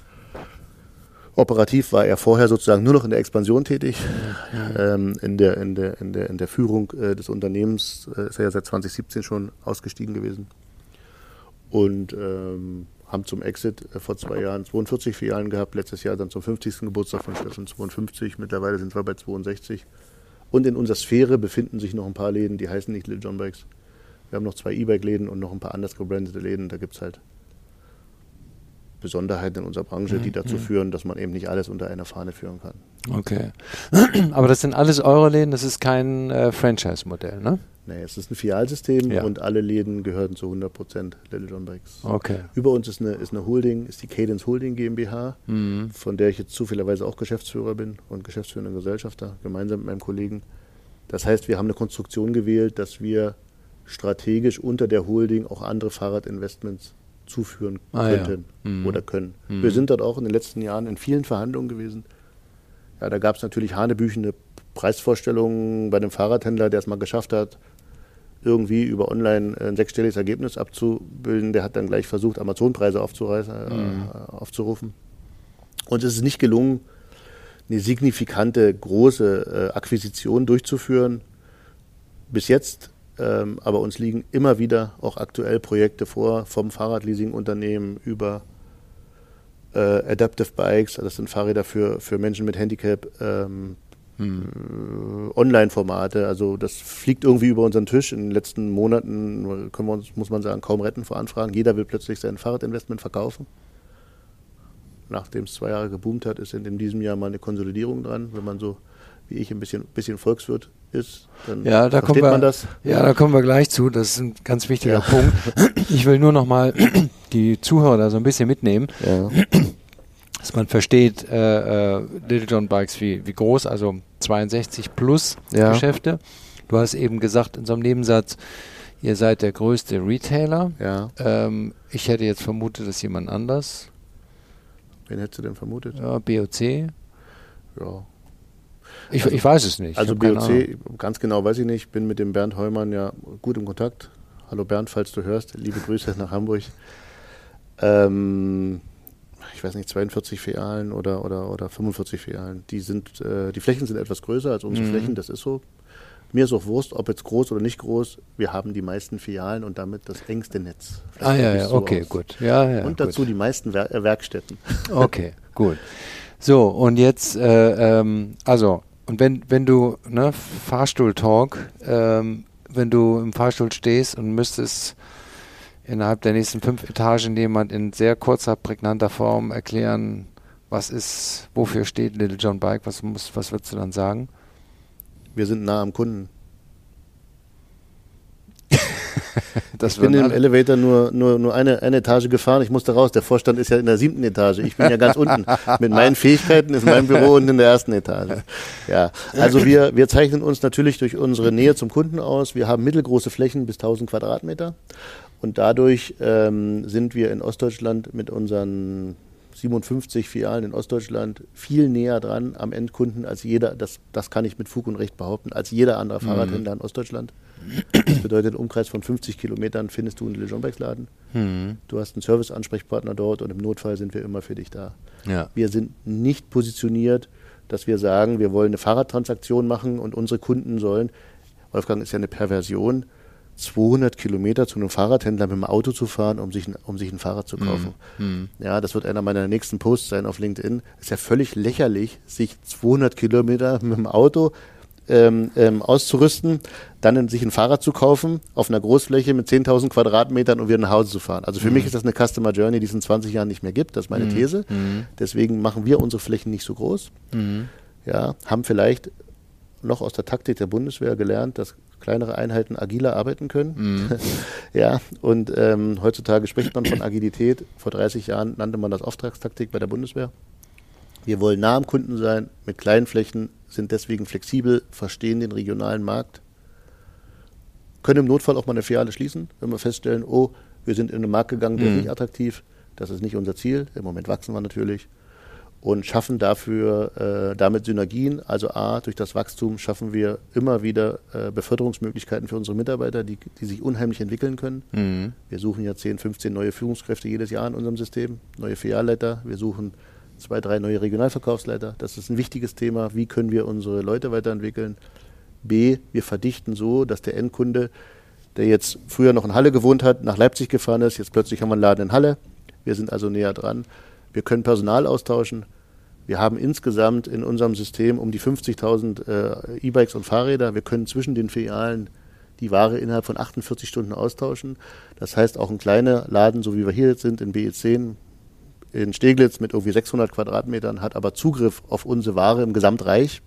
Operativ war er vorher sozusagen nur noch in der Expansion tätig. Mhm. Ähm, in, der, in, der, in, der, in der Führung äh, des Unternehmens äh, ist er ja seit zwanzig siebzehn schon ausgestiegen gewesen. Und ähm, haben zum Exit äh, vor zwei Jahren zweiundvierzig Filialen gehabt, letztes Jahr dann zum fünfzigsten Geburtstag von Steffen zweiundfünfzig, mittlerweile sind wir bei zweiundsechzig. Und in unserer Sphäre befinden sich noch ein paar Läden, die heißen nicht Little John Bikes. Wir haben noch zwei E-Bike-Läden und noch ein paar anders gebrandete Läden, da gibt es halt Besonderheiten in unserer Branche, die dazu führen, dass man eben nicht alles unter einer Fahne führen kann. Okay. Aber das sind alles eure Läden, das ist kein äh, Franchise-Modell, ne? Nee, es ist ein Filialsystem Ja. und alle Läden gehören zu hundert Prozent Little John Bikes. Okay. Über uns ist eine, ist eine Holding, ist die Cadence Holding GmbH, Mhm. von der ich jetzt zufälligerweise auch Geschäftsführer bin und geschäftsführender Gesellschafter, gemeinsam mit meinem Kollegen. Das heißt, wir haben eine Konstruktion gewählt, dass wir strategisch unter der Holding auch andere Fahrradinvestments zuführen Ah, ja. könnten Mhm. oder können. Mhm. Wir sind dort auch in den letzten Jahren in vielen Verhandlungen gewesen. Ja, da gab es natürlich hanebüchende Preisvorstellungen bei dem Fahrradhändler, der es mal geschafft hat, irgendwie über online ein sechsstelliges Ergebnis abzubilden. Der hat dann gleich versucht, Amazon-Preise aufzureißen, Mhm. äh, aufzurufen. Und es ist nicht gelungen, eine signifikante, große äh, Akquisition durchzuführen. Bis jetzt, ähm, aber uns liegen immer wieder auch aktuell Projekte vor, vom Fahrradleasing-Unternehmen über äh, Adaptive Bikes, das sind Fahrräder für, für Menschen mit Handicap, ähm, Mhm. äh, Online-Formate, also das fliegt irgendwie über unseren Tisch. In den letzten Monaten können wir uns, muss man sagen, kaum retten vor Anfragen. Jeder will plötzlich sein Fahrradinvestment verkaufen. Nachdem es zwei Jahre geboomt hat, ist in, in diesem Jahr mal eine Konsolidierung dran. Wenn man so wie ich ein bisschen, bisschen Volkswirt ist, dann Ja, da kommen versteht wir, man das. Ja, da kommen wir gleich zu. Das ist ein ganz wichtiger Ja. Punkt. Ich will nur noch mal die Zuhörer da so ein bisschen mitnehmen, Ja. dass man versteht, äh, äh, Little John Bikes wie, wie groß, also zweiundsechzig plus Ja. Geschäfte. Du hast eben gesagt in so einem Nebensatz, ihr seid der größte Retailer. Ja. Ähm, ich hätte jetzt vermutet, dass jemand anders, Wen hättest du denn vermutet? ja, B O C. Ja. Ich, ich weiß es nicht. Also Ich hab keine B O C, ganz genau weiß ich nicht. Ich bin mit dem Bernd Heumann ja gut im Kontakt. Hallo Bernd, falls du hörst. Liebe Grüße nach Hamburg. Ähm, ich weiß nicht, zweiundvierzig Filialen oder, oder, oder fünfundvierzig Filialen. Die, sind, äh, die Flächen sind etwas größer als unsere Mhm. Flächen, das ist so. Mir ist auch Wurst, ob jetzt groß oder nicht groß. Wir haben die meisten Filialen und damit das engste Netz. Ahnung. Ah ja, Vielleicht ja, so okay, aus. gut. Ja, ja, Und dazu gut. die meisten Wer äh, Werkstätten. Okay, gut. So, und jetzt, äh, ähm, also, und wenn, wenn du, ne, Fahrstuhl-Talk, ähm, wenn du im Fahrstuhl stehst und müsstest innerhalb der nächsten fünf Etagen jemand in sehr kurzer, prägnanter Form erklären, was ist, wofür steht Little John Bike, was muss, was würdest du dann sagen? Wir sind nah am Kunden. Das Ich bin würden im alle- Elevator nur, nur, nur eine, eine Etage gefahren. Ich musste raus. Der Vorstand ist ja in der siebten Etage. Ich bin ja ganz unten. Mit meinen Fähigkeiten ist mein Büro unten in der ersten Etage. Ja, also wir, wir zeichnen uns natürlich durch unsere Nähe zum Kunden aus. Wir haben mittelgroße Flächen bis tausend Quadratmeter. Und dadurch ähm, sind wir in Ostdeutschland mit unseren siebenundfünfzig Filialen in Ostdeutschland viel näher dran am Endkunden als jeder, das, das kann ich mit Fug und Recht behaupten, als jeder andere Fahrradhändler in Ostdeutschland. Das bedeutet, im Umkreis von fünfzig Kilometern findest du einen Little John Bikes Laden. Mhm. Du hast einen Service-Ansprechpartner dort und im Notfall sind wir immer für dich da. Ja. Wir sind nicht positioniert, dass wir sagen, wir wollen eine Fahrradtransaktion machen und unsere Kunden sollen, Wolfgang, ist ja eine Perversion, zweihundert Kilometer zu einem Fahrradhändler mit dem Auto zu fahren, um sich ein, um sich ein Fahrrad zu kaufen. Mhm. Ja, das wird einer meiner nächsten Posts sein auf LinkedIn. Ist ja völlig lächerlich, sich zweihundert Kilometer mit dem Auto ähm, ähm, auszurüsten, dann in, sich ein Fahrrad zu kaufen, auf einer Großfläche mit zehntausend Quadratmetern und wieder nach Hause zu fahren. Also für Mhm. mich ist das eine Customer Journey, die es in zwanzig Jahren nicht mehr gibt. Das ist meine Mhm. These. Mhm. Deswegen machen wir unsere Flächen nicht so groß. Mhm. Ja, haben vielleicht noch aus der Taktik der Bundeswehr gelernt, dass kleinere Einheiten agiler arbeiten können. Mhm. Ja, und ähm, heutzutage spricht man von Agilität. Vor dreißig Jahren nannte man das Auftragstaktik bei der Bundeswehr. Wir wollen nah am Kunden sein, mit kleinen Flächen, sind deswegen flexibel, verstehen den regionalen Markt, können im Notfall auch mal eine Filiale schließen, wenn wir feststellen, oh, wir sind in einen Markt gegangen, der ist Mhm. nicht attraktiv, das ist nicht unser Ziel, im Moment wachsen wir natürlich und schaffen dafür äh, damit Synergien. Also A, durch das Wachstum schaffen wir immer wieder äh, Beförderungsmöglichkeiten für unsere Mitarbeiter, die, die sich unheimlich entwickeln können. Mhm. Wir suchen ja zehn, fünfzehn neue Führungskräfte jedes Jahr in unserem System, neue Filialleiter, wir suchen zwei, drei neue Regionalverkaufsleiter. Das ist ein wichtiges Thema. Wie können wir unsere Leute weiterentwickeln? B, wir verdichten so, dass der Endkunde, der jetzt früher noch in Halle gewohnt hat, nach Leipzig gefahren ist, jetzt plötzlich haben wir einen Laden in Halle, Wir sind also näher dran. Wir können Personal austauschen. Wir haben insgesamt in unserem System um die fünfzigtausend äh, E-Bikes und Fahrräder. Wir können zwischen den Filialen die Ware innerhalb von achtundvierzig Stunden austauschen. Das heißt, auch ein kleiner Laden, so wie wir hier jetzt sind, in B E zehn, in Steglitz mit irgendwie sechshundert Quadratmetern, hat aber Zugriff auf unsere Ware im Gesamtreich.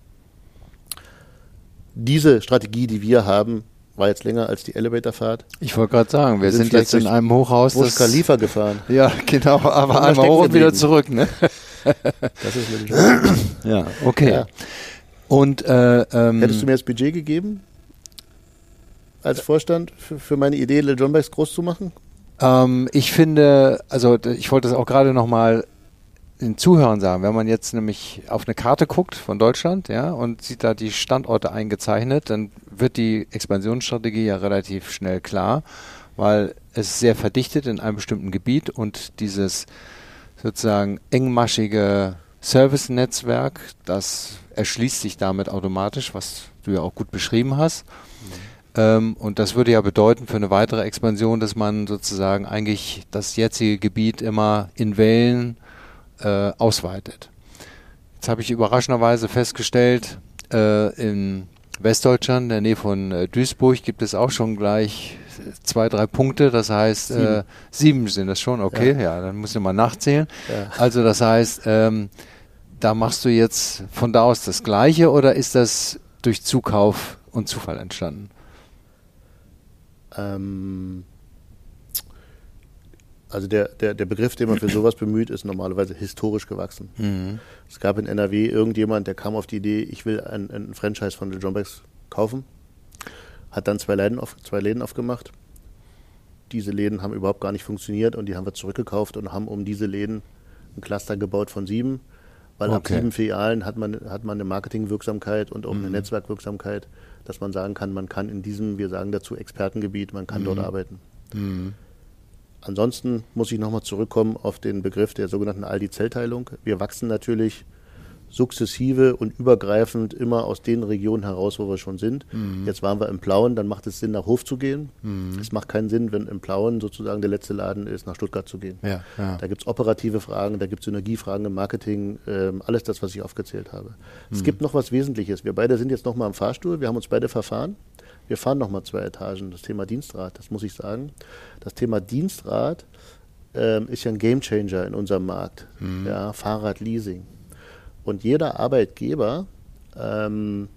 Diese Strategie, die wir haben, war jetzt länger als die Elevatorfahrt. Ich wollte gerade sagen, wir, wir sind, sind jetzt in einem Hochhaus. Burj Khalifa gefahren. Ja, genau, aber einmal hoch und wieder zurück. Ne? Das ist natürlich ja, okay. Ja. Und, äh, ähm, hättest du mir das Budget gegeben, als Vorstand, für, für meine Idee, Little John Bikes groß zu machen? Ähm, ich finde, also ich wollte das auch gerade nochmal den Zuhörern sagen, wenn man jetzt nämlich auf eine Karte guckt von Deutschland, ja, und sieht da die Standorte eingezeichnet, dann wird die Expansionsstrategie ja relativ schnell klar, weil es ist sehr verdichtet in einem bestimmten Gebiet und dieses sozusagen engmaschige Service-Netzwerk, das erschließt sich damit automatisch, was du ja auch gut beschrieben hast. Mhm. Ähm, und das würde ja bedeuten für eine weitere Expansion, dass man sozusagen eigentlich das jetzige Gebiet immer in Wellen Äh, ausweitet. Jetzt habe ich überraschenderweise festgestellt, äh, in Westdeutschland, in der Nähe von äh, Duisburg, gibt es auch schon gleich zwei, drei Punkte. Das heißt, sieben, äh, sieben sind das schon, okay, ja, ja dann muss ich mal nachzählen. Ja. Also das heißt, ähm, da machst du jetzt von da aus das Gleiche oder ist das durch Zukauf und Zufall entstanden? Ähm... Also der, der, der Begriff, den man für sowas bemüht, ist normalerweise historisch gewachsen. Mhm. Es gab in N R W irgendjemand, der kam auf die Idee, ich will ein, ein Franchise von Little John Bikes kaufen, hat dann zwei Läden, auf, zwei Läden aufgemacht. Diese Läden haben überhaupt gar nicht funktioniert und die haben wir zurückgekauft und haben um diese Läden ein Cluster gebaut von sieben, weil okay. ab sieben Filialen hat man, hat man eine Marketingwirksamkeit und auch mhm. eine Netzwerkwirksamkeit, dass man sagen kann, man kann in diesem, wir sagen dazu Expertengebiet, man kann mhm. dort arbeiten. Mhm. Ansonsten muss ich nochmal zurückkommen auf den Begriff der sogenannten Aldi-Zellteilung. Wir wachsen natürlich sukzessive und übergreifend immer aus den Regionen heraus, wo wir schon sind. Mhm. Jetzt waren wir im Plauen, dann macht es Sinn, nach Hof zu gehen. Mhm. Es macht keinen Sinn, wenn im Plauen sozusagen der letzte Laden ist, nach Stuttgart zu gehen. Ja, ja. Da gibt es operative Fragen, da gibt es Synergiefragen im Marketing, ähm, alles das, was ich aufgezählt habe. Mhm. Es gibt noch was Wesentliches. Wir beide sind jetzt nochmal im Fahrstuhl, wir haben uns beide verfahren. Wir fahren nochmal zwei Etagen, das Thema Dienstrad, das muss ich sagen. Das Thema Dienstrad ähm, ist ja ein Gamechanger in unserem Markt, mhm. ja, Fahrradleasing. Und jeder Arbeitgeber ähm,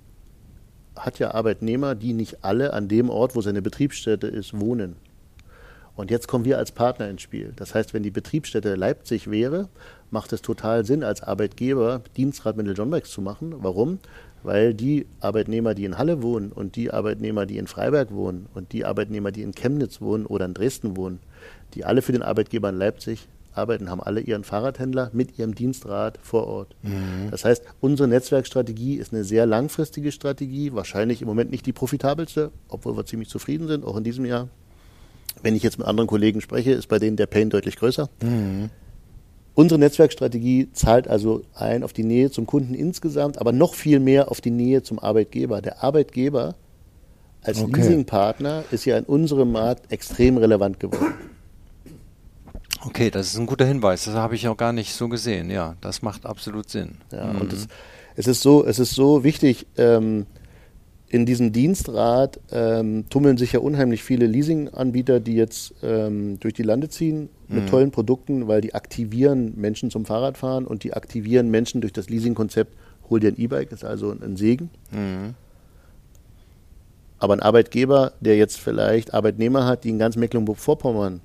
hat ja Arbeitnehmer, die nicht alle an dem Ort, wo seine Betriebsstätte ist, wohnen. Und jetzt kommen wir als Partner ins Spiel. Das heißt, wenn die Betriebsstätte Leipzig wäre, macht es total Sinn, als Arbeitgeber Dienstrad mit Little John Bikes zu machen. Warum? Weil die Arbeitnehmer, die in Halle wohnen und die Arbeitnehmer, die in Freiberg wohnen und die Arbeitnehmer, die in Chemnitz wohnen oder in Dresden wohnen, die alle für den Arbeitgeber in Leipzig arbeiten, haben alle ihren Fahrradhändler mit ihrem Dienstrad vor Ort. Mhm. Das heißt, unsere Netzwerkstrategie ist eine sehr langfristige Strategie, wahrscheinlich im Moment nicht die profitabelste, obwohl wir ziemlich zufrieden sind, auch in diesem Jahr. Wenn ich jetzt mit anderen Kollegen spreche, ist bei denen der Pain deutlich größer. Mhm. Unsere Netzwerkstrategie zahlt also ein auf die Nähe zum Kunden insgesamt, aber noch viel mehr auf die Nähe zum Arbeitgeber. Der Arbeitgeber als okay. Leasingpartner ist ja in unserem Markt extrem relevant geworden. Okay, das ist ein guter Hinweis. Das habe ich auch gar nicht so gesehen. Ja, das macht absolut Sinn. Ja, mhm. und es, es ist so, es ist so wichtig. Ähm, in diesem Dienstrad ähm, tummeln sich ja unheimlich viele Leasinganbieter, die jetzt ähm, durch die Lande ziehen mit mhm. tollen Produkten, weil die aktivieren Menschen zum Fahrradfahren und die aktivieren Menschen durch das Leasingkonzept. Hol dir ein E-Bike, ist also ein Segen. Mhm. Aber ein Arbeitgeber, der jetzt vielleicht Arbeitnehmer hat, die in ganz Mecklenburg-Vorpommern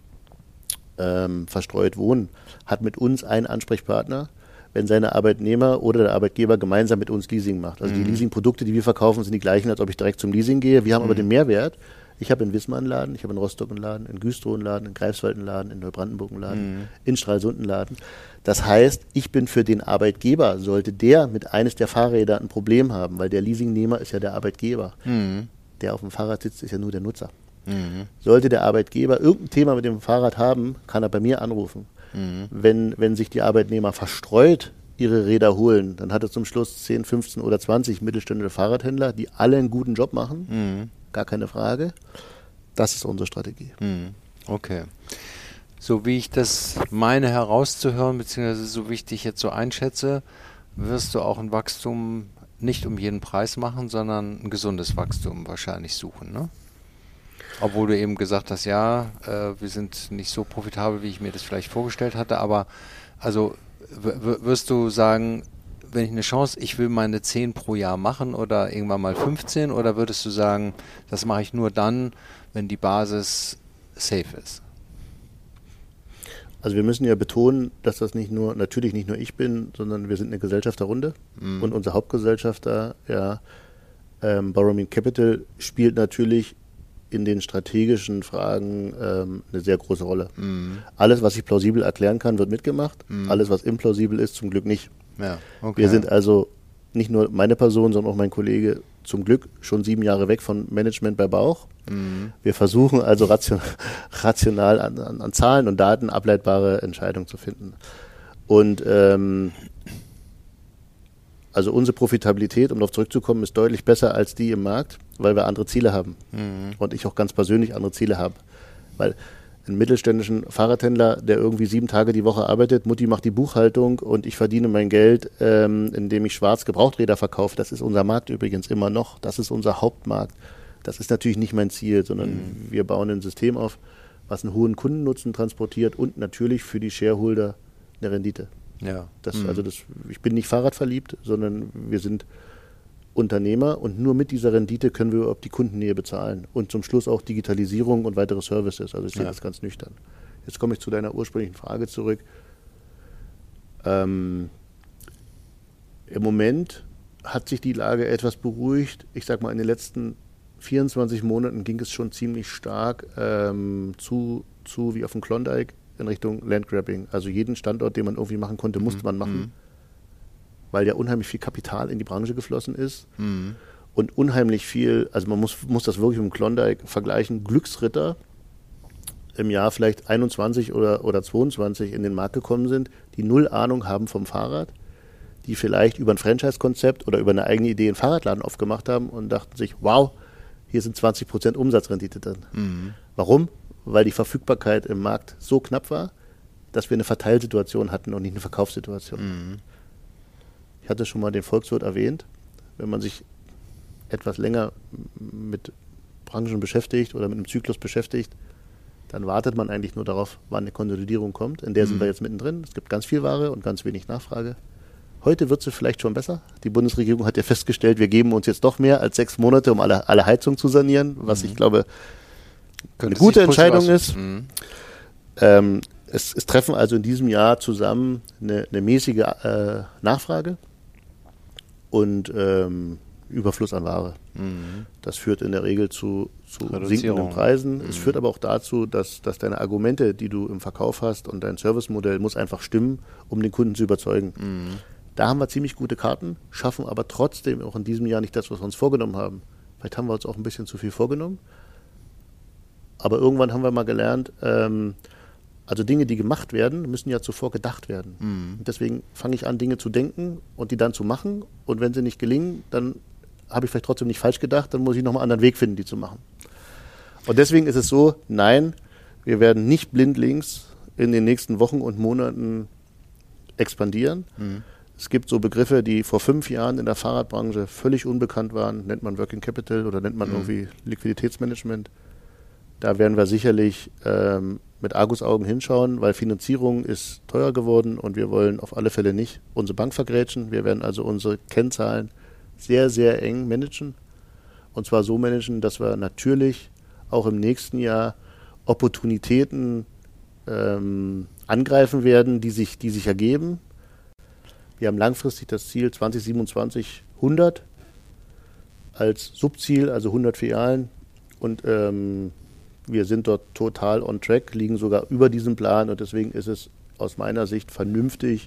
ähm, verstreut wohnen, hat mit uns einen Ansprechpartner, wenn seine Arbeitnehmer oder der Arbeitgeber gemeinsam mit uns Leasing macht. Also mhm. die Leasingprodukte, die wir verkaufen, sind die gleichen, als ob ich direkt zum Leasing gehe. Wir haben mhm. aber den Mehrwert. Ich habe in Wismar einen Laden, ich habe in Rostock einen Laden, in Güstrow einen Laden, in Greifswald einen Laden, in Neubrandenburg einen Laden, mhm. in Stralsund einen Laden. Das heißt, ich bin für den Arbeitgeber, sollte der mit eines der Fahrräder ein Problem haben, weil der Leasingnehmer ist ja der Arbeitgeber. Mhm. Der auf dem Fahrrad sitzt, ist ja nur der Nutzer. Mhm. Sollte der Arbeitgeber irgendein Thema mit dem Fahrrad haben, kann er bei mir anrufen. Mhm. Wenn, wenn sich die Arbeitnehmer verstreut ihre Räder holen, dann hat er zum Schluss zehn, fünfzehn oder zwanzig mittelständische Fahrradhändler, die alle einen guten Job machen. Mhm. Gar keine Frage. Das ist unsere Strategie. Mhm. Okay. so wie ich das meine herauszuhören, beziehungsweise so wie ich dich jetzt so einschätze, wirst du auch ein Wachstum nicht um jeden Preis machen, sondern ein gesundes Wachstum wahrscheinlich suchen, ne? Obwohl du eben gesagt hast, ja, äh, wir sind nicht so profitabel, wie ich mir das vielleicht vorgestellt hatte, aber also w- wirst du sagen, wenn ich eine Chance, ich will meine zehn pro Jahr machen oder irgendwann mal fünfzehn, oder würdest du sagen, das mache ich nur dann, wenn die Basis safe ist? Also wir müssen ja betonen, dass das nicht nur, natürlich nicht nur ich bin, sondern wir sind eine Gesellschafterrunde mhm. und unser Hauptgesellschafter, ja, ähm, Borrowing Capital, spielt natürlich in den strategischen Fragen ähm, eine sehr große Rolle. Mhm. Alles, was ich plausibel erklären kann, wird mitgemacht. Mhm. Alles, was implausibel ist, zum Glück nicht. Ja, okay. Wir sind also nicht nur meine Person, sondern auch mein Kollege zum Glück schon sieben Jahre weg von Management bei Bauch. Mhm. Wir versuchen also ration, rational an, an, an Zahlen und Daten ableitbare Entscheidungen zu finden. Und ähm, also unsere Profitabilität, um darauf zurückzukommen, ist deutlich besser als die im Markt, weil wir andere Ziele haben. Mhm. Und ich auch ganz persönlich andere Ziele habe. Weil einen mittelständischen Fahrradhändler, der irgendwie sieben Tage die Woche arbeitet, Mutti macht die Buchhaltung und ich verdiene mein Geld, ähm, indem ich schwarz Gebrauchträder verkaufe. Das ist unser Markt übrigens immer noch. Das ist unser Hauptmarkt. Das ist natürlich nicht mein Ziel, sondern mhm. wir bauen ein System auf, was einen hohen Kundennutzen transportiert und natürlich für die Shareholder eine Rendite. Ja. Das, mhm. also das, ich bin nicht Fahrradverliebt, sondern wir sind Unternehmer und nur mit dieser Rendite können wir überhaupt die Kundennähe bezahlen und zum Schluss auch Digitalisierung und weitere Services. Also ich sehe ja. das ganz nüchtern. Jetzt komme ich zu deiner ursprünglichen Frage zurück. Ähm, Im Moment hat sich die Lage etwas beruhigt. Ich sage mal, in den letzten vierundzwanzig Monaten ging es schon ziemlich stark ähm, zu, zu wie auf dem Klondike in Richtung Landgrabbing. Also jeden Standort, den man irgendwie machen konnte, musste mhm. man machen. Mhm. Weil ja unheimlich viel Kapital in die Branche geflossen ist mhm. und unheimlich viel, also man muss, muss das wirklich mit dem Klondike vergleichen, Glücksritter im Jahr vielleicht einundzwanzig oder, oder zweiundzwanzig in den Markt gekommen sind, die null Ahnung haben vom Fahrrad, die vielleicht über ein Franchise-Konzept oder über eine eigene Idee einen Fahrradladen aufgemacht haben und dachten sich, wow, hier sind zwanzig Prozent Umsatzrendite drin. Mhm. Warum? Weil die Verfügbarkeit im Markt so knapp war, dass wir eine Verteilsituation hatten und nicht eine Verkaufssituation. Mhm. Ich hatte schon mal den Volkswirt erwähnt, wenn man sich etwas länger mit Branchen beschäftigt oder mit einem Zyklus beschäftigt, dann wartet man eigentlich nur darauf, wann eine Konsolidierung kommt. In der mhm. sind wir jetzt mittendrin. Es gibt ganz viel Ware und ganz wenig Nachfrage. Heute wird es vielleicht schon besser. Die Bundesregierung hat ja festgestellt, wir geben uns jetzt doch mehr als sechs Monate, um alle, alle Heizungen zu sanieren, was mhm. ich glaube eine gute Entscheidung ist. Mhm. Ähm, es, es treffen also in diesem Jahr zusammen eine, eine mäßige äh, Nachfrage und ähm, Überfluss an Ware. Mhm. Das führt in der Regel zu, zu sinkenden Preisen. Mhm. Es führt aber auch dazu, dass, dass deine Argumente, die du im Verkauf hast und dein Servicemodell muss einfach stimmen, um den Kunden zu überzeugen. Mhm. Da haben wir ziemlich gute Karten, schaffen aber trotzdem auch in diesem Jahr nicht das, was wir uns vorgenommen haben. Vielleicht haben wir uns auch ein bisschen zu viel vorgenommen. Aber irgendwann haben wir mal gelernt, ähm, also Dinge, die gemacht werden, müssen ja zuvor gedacht werden. Mhm. Und deswegen fange ich an, Dinge zu denken und die dann zu machen. Und wenn sie nicht gelingen, dann habe ich vielleicht trotzdem nicht falsch gedacht, dann muss ich nochmal einen anderen Weg finden, die zu machen. Und deswegen ist es so, nein, wir werden nicht blindlings in den nächsten Wochen und Monaten expandieren. Mhm. Es gibt so Begriffe, die vor fünf Jahren in der Fahrradbranche völlig unbekannt waren, nennt man Working Capital oder nennt man mhm. irgendwie Liquiditätsmanagement. Da werden wir sicherlich ähm, mit Argusaugen hinschauen, weil Finanzierung ist teuer geworden und wir wollen auf alle Fälle nicht unsere Bank vergrätschen. Wir werden also unsere Kennzahlen sehr, sehr eng managen. Und zwar so managen, dass wir natürlich auch im nächsten Jahr Opportunitäten ähm, angreifen werden, die sich, die sich ergeben. Wir haben langfristig das Ziel zwanzig siebenundzwanzig hundert als Subziel, also hundert Filialen. Und ähm, wir sind dort total on track, liegen sogar über diesem Plan. Und deswegen ist es aus meiner Sicht vernünftig,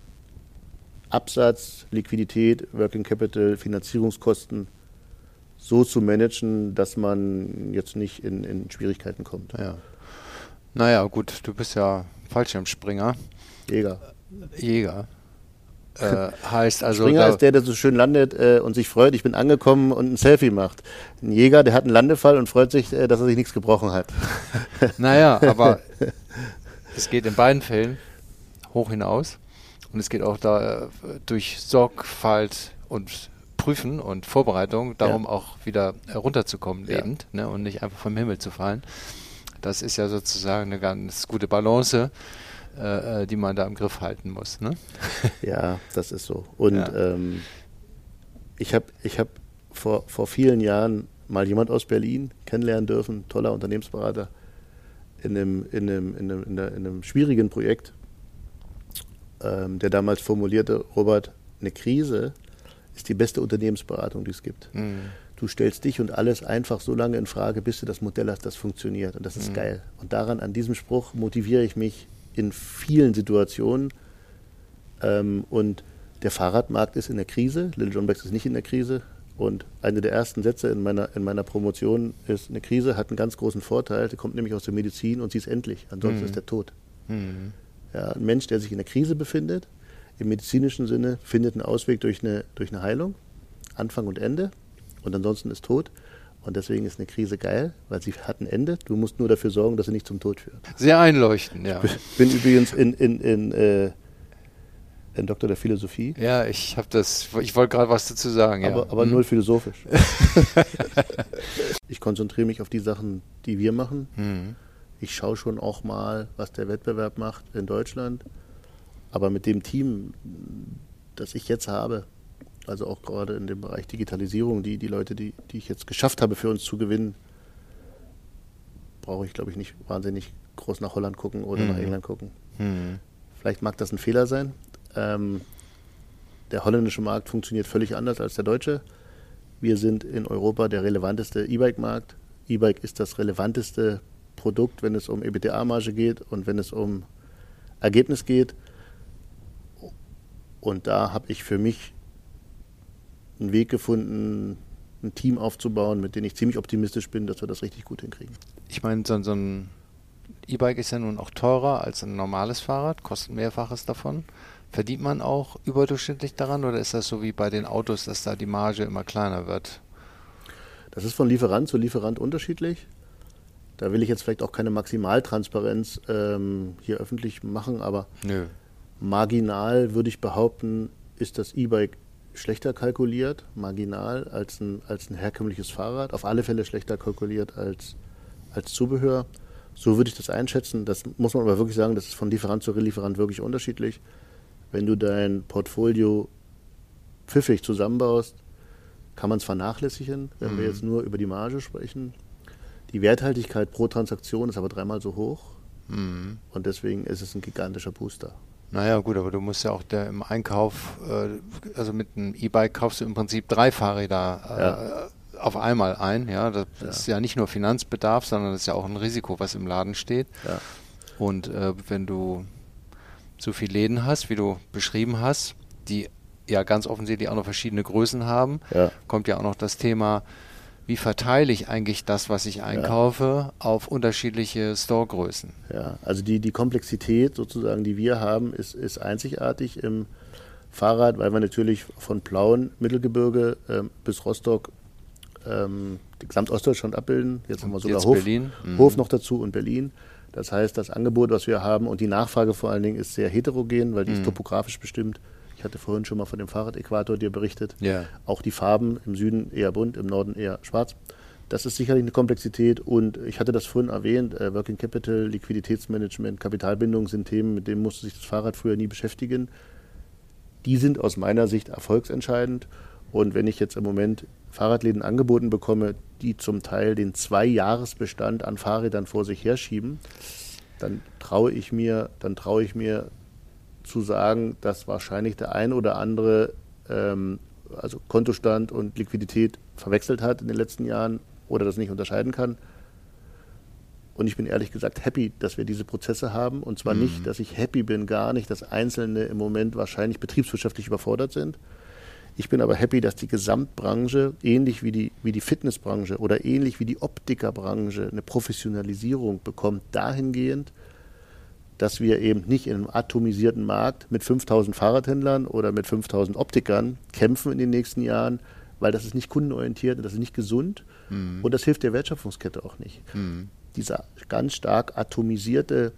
Absatz, Liquidität, Working Capital, Finanzierungskosten so zu managen, dass man jetzt nicht in, in Schwierigkeiten kommt. Ja. Naja, gut, du bist ja Fallschirmspringer. Jäger. Jäger. Äh, heißt also Springer ist der, der so schön landet äh, und sich freut, ich bin angekommen und ein Selfie macht. Ein Jäger, der hat einen Landefall und freut sich, äh, dass er sich nichts gebrochen hat. Naja, aber es geht in beiden Fällen hoch hinaus und es geht auch da äh, durch Sorgfalt und Prüfen und Vorbereitung darum ja. auch wieder runterzukommen ja. lebend, ne, und nicht einfach vom Himmel zu fallen. Das ist ja sozusagen eine ganz gute Balance, äh, die man da im Griff halten muss. Ne? Ja, das ist so. Und ja. ähm, ich habe ich hab vor, vor vielen Jahren mal jemand aus Berlin kennenlernen dürfen, toller Unternehmensberater, in einem, in einem, in einem, in einem schwierigen Projekt, ähm, der damals formulierte, Robert, eine Krise ist die beste Unternehmensberatung, die es gibt. Mhm. Du stellst dich und alles einfach so lange in Frage, bis du das Modell hast, das funktioniert. Und das ist mhm. geil. Und daran, an diesem Spruch motiviere ich mich in vielen Situationen. Ähm, und der Fahrradmarkt ist in der Krise. Little John Becks ist nicht in der Krise. Und einer der ersten Sätze in meiner, in meiner Promotion ist, eine Krise hat einen ganz großen Vorteil. Sie kommt nämlich aus der Medizin und sie ist endlich. Ansonsten mhm. ist der tot. Mhm. Ja, ein Mensch, der sich in der Krise befindet, im medizinischen Sinne, findet einen Ausweg durch eine, durch eine Heilung, Anfang und Ende. Und ansonsten ist tot. Und deswegen ist eine Krise geil, weil sie hat ein Ende. Du musst nur dafür sorgen, dass sie nicht zum Tod führt. Sehr einleuchtend, ja. Ich bin übrigens in, in, in, äh, in Doktor der Philosophie. Ja, ich habe das, ich wollte gerade was dazu sagen. Aber, ja. aber hm. null philosophisch. Ich konzentriere mich auf die Sachen, die wir machen. Hm. Ich schaue schon auch mal, was der Wettbewerb macht in Deutschland. Aber mit dem Team, das ich jetzt habe, also auch gerade in dem Bereich Digitalisierung, die, die Leute, die, die ich jetzt geschafft habe, für uns zu gewinnen, brauche ich, glaube ich, nicht wahnsinnig groß nach Holland gucken oder mhm. nach England gucken. Mhm. Vielleicht mag das ein Fehler sein. Ähm, der holländische Markt funktioniert völlig anders als der deutsche. Wir sind in Europa der relevanteste E-Bike-Markt. E-Bike ist das relevanteste Produkt, wenn es um E B T A-Marge geht und wenn es um Ergebnis geht. Und da habe ich für mich einen Weg gefunden, ein Team aufzubauen, mit dem ich ziemlich optimistisch bin, dass wir das richtig gut hinkriegen. Ich meine, so, so ein E-Bike ist ja nun auch teurer als ein normales Fahrrad, kostet Mehrfaches davon. Verdient man auch überdurchschnittlich daran oder ist das so wie bei den Autos, dass da die Marge immer kleiner wird? Das ist von Lieferant zu Lieferant unterschiedlich. Da will ich jetzt vielleicht auch keine Maximaltransparenz ähm, hier öffentlich machen, aber Nö. marginal würde ich behaupten, ist das E-Bike schlechter kalkuliert, marginal, als ein, als ein herkömmliches Fahrrad. Auf alle Fälle schlechter kalkuliert als, als Zubehör. So würde ich das einschätzen. Das muss man aber wirklich sagen, das ist von Lieferant zu Lieferant wirklich unterschiedlich. Wenn du dein Portfolio pfiffig zusammenbaust, kann man es vernachlässigen, wenn mhm. wir jetzt nur über die Marge sprechen. Die Werthaltigkeit pro Transaktion ist aber dreimal so hoch. Mhm. Und deswegen ist es ein gigantischer Booster. Naja, gut, aber du musst ja auch der, im Einkauf, äh, also mit einem E-Bike kaufst du im Prinzip drei Fahrräder äh, ja. auf einmal ein. Ja, das ja. ist ja nicht nur Finanzbedarf, sondern das ist ja auch ein Risiko, was im Laden steht. Ja. Und äh, wenn du so viele Läden hast, wie du beschrieben hast, die ja ganz offensichtlich auch noch verschiedene Größen haben, ja. kommt ja auch noch das Thema, wie verteile ich eigentlich das, was ich einkaufe, ja. auf unterschiedliche Storegrößen? Ja, also die, die Komplexität sozusagen, die wir haben, ist, ist einzigartig im Fahrrad, weil wir natürlich von Plauen, Mittelgebirge ähm, bis Rostock ähm, Gesamtostdeutschland abbilden. Jetzt haben wir sogar Hof, Berlin. Mhm. Hof noch dazu und Berlin. Das heißt, das Angebot, was wir haben und die Nachfrage vor allen Dingen ist sehr heterogen, weil die mhm. ist topografisch bestimmt. Ich hatte vorhin schon mal von dem Fahrradäquator dir berichtet. Ja. Auch die Farben im Süden eher bunt, im Norden eher schwarz. Das ist sicherlich eine Komplexität und ich hatte das vorhin erwähnt, äh, Working Capital, Liquiditätsmanagement, Kapitalbindung sind Themen, mit denen musste sich das Fahrrad früher nie beschäftigen. Die sind aus meiner Sicht erfolgsentscheidend und wenn ich jetzt im Moment Fahrradläden angeboten bekomme, die zum Teil den Zwei-Jahres-Bestand an Fahrrädern vor sich herschieben, dann traue ich mir, dann traue ich mir zu sagen, dass wahrscheinlich der ein oder andere ähm, also Kontostand und Liquidität verwechselt hat in den letzten Jahren oder das nicht unterscheiden kann. Und ich bin ehrlich gesagt happy, dass wir diese Prozesse haben. Und zwar mhm. nicht, dass ich happy bin, gar nicht, dass Einzelne im Moment wahrscheinlich betriebswirtschaftlich überfordert sind. Ich bin aber happy, dass die Gesamtbranche, ähnlich wie die, wie die Fitnessbranche oder ähnlich wie die Optikerbranche, eine Professionalisierung bekommt, dahingehend, dass wir eben nicht in einem atomisierten Markt mit fünftausend Fahrradhändlern oder mit fünftausend Optikern kämpfen in den nächsten Jahren, weil das ist nicht kundenorientiert und das ist nicht gesund mhm. und das hilft der Wertschöpfungskette auch nicht. Mhm. Dieser ganz stark atomisierte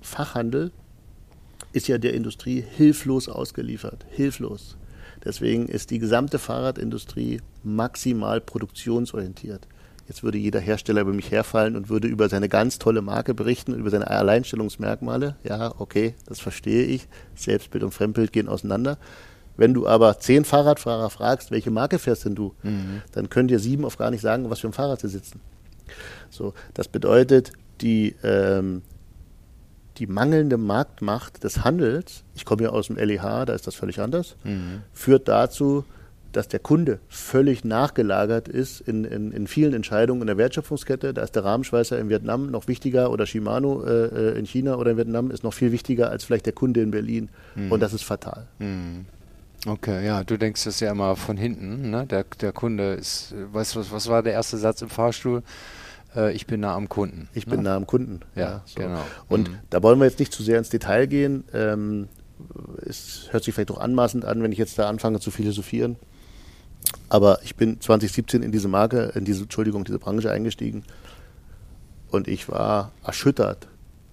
Fachhandel ist ja der Industrie hilflos ausgeliefert. Hilflos. Deswegen ist die gesamte Fahrradindustrie maximal produktionsorientiert. Jetzt würde jeder Hersteller über mich herfallen und würde über seine ganz tolle Marke berichten, über seine Alleinstellungsmerkmale. Ja, okay, das verstehe ich. Selbstbild und Fremdbild gehen auseinander. Wenn du aber zehn Fahrradfahrer fragst, welche Marke fährst denn du, mhm. dann können dir sieben oft gar nicht sagen, was für ein Fahrrad sie sitzen. So, das bedeutet, die, ähm, die mangelnde Marktmacht des Handels, ich komme ja aus dem L E H, da ist das völlig anders, mhm. führt dazu, dass der Kunde völlig nachgelagert ist in, in, in vielen Entscheidungen in der Wertschöpfungskette. Da ist der Rahmenschweißer in Vietnam noch wichtiger oder Shimano äh, in China oder in Vietnam ist noch viel wichtiger als vielleicht der Kunde in Berlin. Mhm. Und das ist fatal. Mhm. Okay, ja, du denkst das ja immer von hinten, ne? Der, der Kunde ist, weißt du, was, was war der erste Satz im Fahrstuhl? Äh, ich bin nah am Kunden. Ich bin ne? nah am Kunden. Ja, ja so. Genau. Und mhm. da wollen wir jetzt nicht zu sehr ins Detail gehen. Ähm, es hört sich vielleicht doch anmaßend an, wenn ich jetzt da anfange zu philosophieren. Aber ich bin zwanzig siebzehn in diese Marke, in diese, Entschuldigung, diese Branche eingestiegen und ich war erschüttert,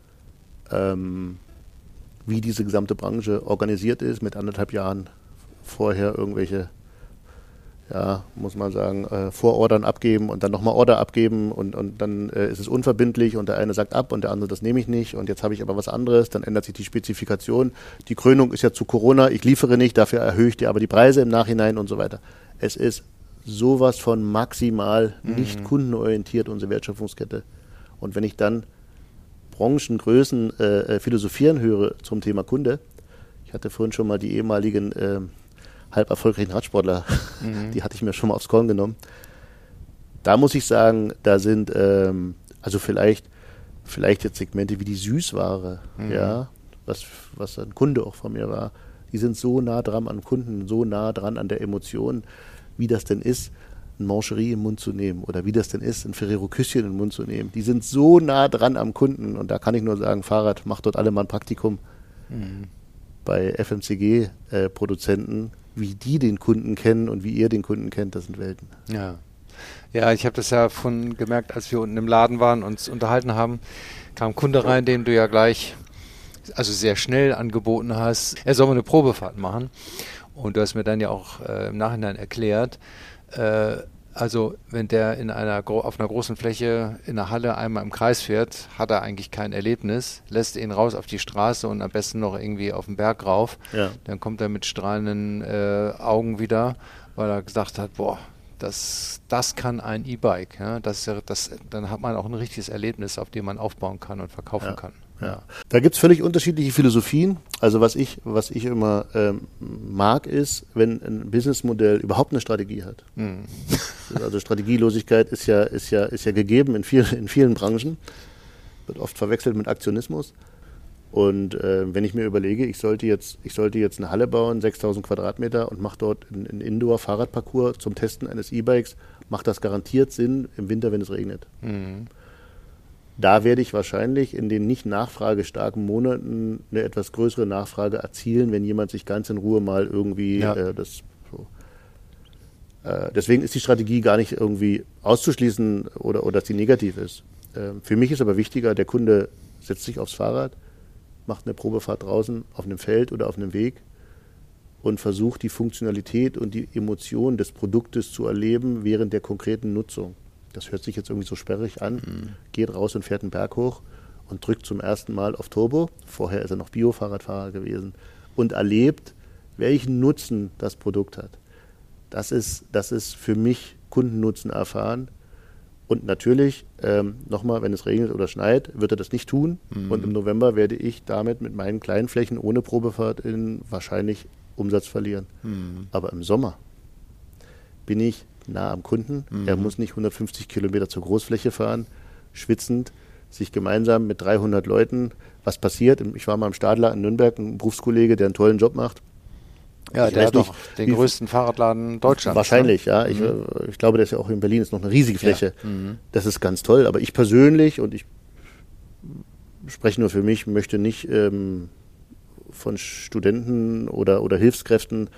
ähm, wie diese gesamte Branche organisiert ist, mit anderthalb Jahren vorher irgendwelche, ja, muss man sagen, äh, Vorordern abgeben und dann nochmal Order abgeben und, und dann äh, ist es unverbindlich und der eine sagt ab und der andere, das nehme ich nicht und jetzt habe ich aber was anderes, dann ändert sich die Spezifikation. Die Krönung ist ja zu Corona, ich liefere nicht, dafür erhöhe ich dir aber die Preise im Nachhinein und so weiter. Es ist sowas von maximal nicht mhm. kundenorientiert, unsere Wertschöpfungskette. Und wenn ich dann Branchengrößen äh, philosophieren höre zum Thema Kunde, ich hatte vorhin schon mal die ehemaligen äh, halb erfolgreichen Radsportler, mhm. die hatte ich mir schon mal aufs Korn genommen. Da muss ich sagen, da sind ähm, also vielleicht, vielleicht jetzt Segmente wie die Süßware, mhm. ja, was, was ein Kunde auch von mir war, die sind so nah dran am Kunden, so nah dran an der Emotion, wie das denn ist, ein Mancherie im Mund zu nehmen oder wie das denn ist, ein Ferrero Küsschen im Mund zu nehmen. Die sind so nah dran am Kunden und da kann ich nur sagen, Fahrrad, macht dort alle mal ein Praktikum mhm. bei F M C G-Produzenten, äh, wie die den Kunden kennen und wie ihr den Kunden kennt, das sind Welten. Ja, ja, ich habe das ja von gemerkt, als wir unten im Laden waren und uns unterhalten haben, kam ein Kunde rein, den du ja gleich also sehr schnell angeboten hast, er soll mal eine Probefahrt machen. Und du hast mir dann ja auch äh, im Nachhinein erklärt, äh, also wenn der in einer auf einer großen Fläche in der Halle einmal im Kreis fährt, hat er eigentlich kein Erlebnis, lässt ihn raus auf die Straße und am besten noch irgendwie auf den Berg rauf. Ja. Dann kommt er mit strahlenden äh, Augen wieder, weil er gesagt hat, boah, das, das kann ein E-Bike. Ja? Das, das, dann hat man auch ein richtiges Erlebnis, auf dem man aufbauen kann und verkaufen ja. kann. Ja. Da gibt es völlig unterschiedliche Philosophien. Also was ich, was ich immer ähm, mag, ist, wenn ein Businessmodell überhaupt eine Strategie hat. Mhm. Also Strategielosigkeit ist ja, ist ja, ist ja gegeben in vielen, in vielen Branchen, wird oft verwechselt mit Aktionismus. Und äh, wenn ich mir überlege, ich sollte jetzt, ich sollte jetzt eine Halle bauen, sechstausend Quadratmeter und mache dort einen Indoor-Fahrradparcours zum Testen eines E-Bikes, macht das garantiert Sinn im Winter, wenn es regnet. Mhm. Da werde ich wahrscheinlich in den nicht nachfragestarken Monaten eine etwas größere Nachfrage erzielen, wenn jemand sich ganz in Ruhe mal irgendwie ja. äh, das so. Äh, deswegen ist die Strategie gar nicht irgendwie auszuschließen oder, oder dass die negativ ist. Äh, für mich ist aber wichtiger, der Kunde setzt sich aufs Fahrrad, macht eine Probefahrt draußen auf einem Feld oder auf einem Weg und versucht die Funktionalität und die Emotion des Produktes zu erleben während der konkreten Nutzung. Das hört sich jetzt irgendwie so sperrig an, mhm. geht raus und fährt einen Berg hoch und drückt zum ersten Mal auf Turbo, vorher ist er noch Bio-Fahrradfahrer gewesen, und erlebt, welchen Nutzen das Produkt hat. Das ist, das ist für mich Kundennutzen erfahren. Und natürlich, ähm, nochmal, wenn es regnet oder schneit, wird er das nicht tun. Mhm. Und im November werde ich damit mit meinen kleinen Flächen ohne Probefahrt in wahrscheinlich Umsatz verlieren. Mhm. Aber im Sommer bin ich nah am Kunden. Mhm. Er muss nicht hundertfünfzig Kilometer zur Großfläche fahren, schwitzend, sich gemeinsam mit dreihundert Leuten, was passiert. Ich war mal im Stadler in Nürnberg, ein Berufskollege, der einen tollen Job macht. Ja, ich der hat doch den wie, größten Fahrradladen Deutschlands. Wahrscheinlich, ne? ja. Ich, mhm. ich glaube, das ist ja auch in Berlin ist noch eine riesige Fläche. Ja. Mhm. Das ist ganz toll. Aber ich persönlich, und ich spreche nur für mich, möchte nicht ähm, von Studenten oder, oder Hilfskräften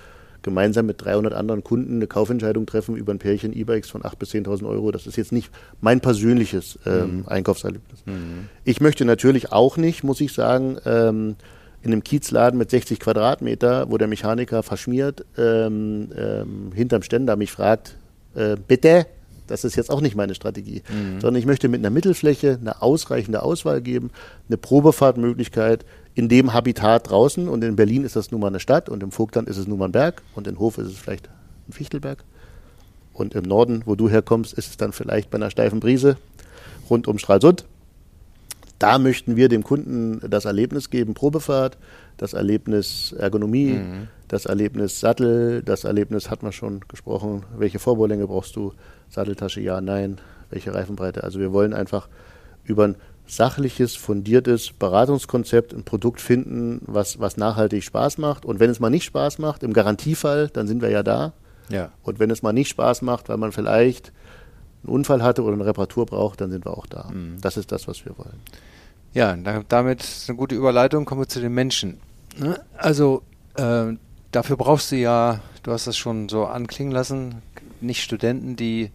gemeinsam mit dreihundert anderen Kunden eine Kaufentscheidung treffen über ein Pärchen E-Bikes von achttausend bis zehntausend Euro. Das ist jetzt nicht mein persönliches ähm, mhm. Einkaufserlebnis. Mhm. Ich möchte natürlich auch nicht, muss ich sagen, ähm, in einem Kiezladen mit sechzig Quadratmeter, wo der Mechaniker verschmiert, ähm, ähm, hinterm Ständer mich fragt, äh, bitte, das ist jetzt auch nicht meine Strategie, mhm. sondern ich möchte mit einer Mittelfläche eine ausreichende Auswahl geben, eine Probefahrtmöglichkeit in dem Habitat draußen, und in Berlin ist das nun mal eine Stadt und im Vogtland ist es nun mal ein Berg und in Hof ist es vielleicht ein Fichtelberg und im Norden, wo du herkommst, ist es dann vielleicht bei einer steifen Brise rund um Stralsund. Da möchten wir dem Kunden das Erlebnis geben, Probefahrt, das Erlebnis Ergonomie, mhm. das Erlebnis Sattel, das Erlebnis, hat man schon gesprochen, welche Vorbaulänge brauchst du, Satteltasche, ja, nein, welche Reifenbreite. Also wir wollen einfach über ein sachliches, fundiertes Beratungskonzept ein Produkt finden, was, was nachhaltig Spaß macht. Und wenn es mal nicht Spaß macht, im Garantiefall, dann sind wir ja da. Ja. Und wenn es mal nicht Spaß macht, weil man vielleicht einen Unfall hatte oder eine Reparatur braucht, dann sind wir auch da. Mhm. Das ist das, was wir wollen. Ja, damit ist eine gute Überleitung, kommen wir zu den Menschen. Also äh, dafür brauchst du ja, du hast das schon so anklingen lassen, nicht Studenten, die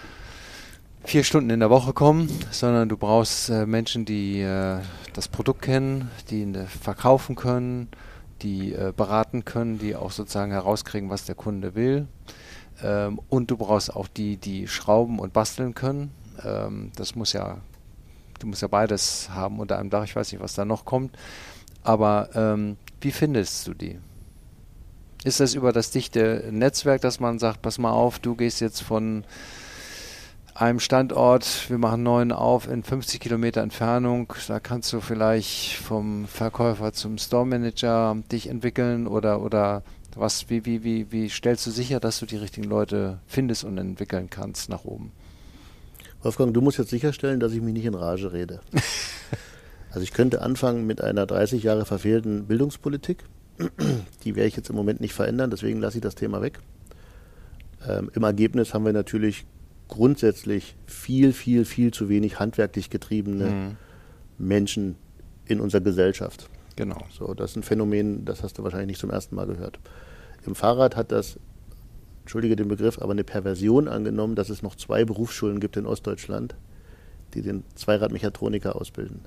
vier Stunden in der Woche kommen, sondern du brauchst äh, Menschen, die äh, das Produkt kennen, die äh, verkaufen können, die äh, beraten können, die auch sozusagen herauskriegen, was der Kunde will. Ähm, und du brauchst auch die, die schrauben und basteln können. Ähm, das muss ja, du musst ja beides haben unter einem Dach. Ich weiß nicht, was da noch kommt. Aber ähm, wie findest du die? Ist das über das dichte Netzwerk, dass man sagt, pass mal auf, du gehst jetzt von einem Standort, wir machen neuen auf in fünfzig Kilometer Entfernung, da kannst du vielleicht vom Verkäufer zum Store Manager dich entwickeln oder oder was, wie, wie, wie, wie stellst du sicher, dass du die richtigen Leute findest und entwickeln kannst nach oben? Wolfgang, du musst jetzt sicherstellen, dass ich mich nicht in Rage rede. Also ich könnte anfangen mit einer dreißig Jahre verfehlten Bildungspolitik. Die werde ich jetzt im Moment nicht verändern, deswegen lasse ich das Thema weg. Ähm, im Ergebnis haben wir natürlich grundsätzlich viel, viel, viel zu wenig handwerklich getriebene mhm. Menschen in unserer Gesellschaft. Genau. So, das ist ein Phänomen, das hast du wahrscheinlich nicht zum ersten Mal gehört. Im Fahrrad hat das, entschuldige den Begriff, aber eine Perversion angenommen, dass es noch zwei Berufsschulen gibt in Ostdeutschland, die den Zweiradmechatroniker ausbilden.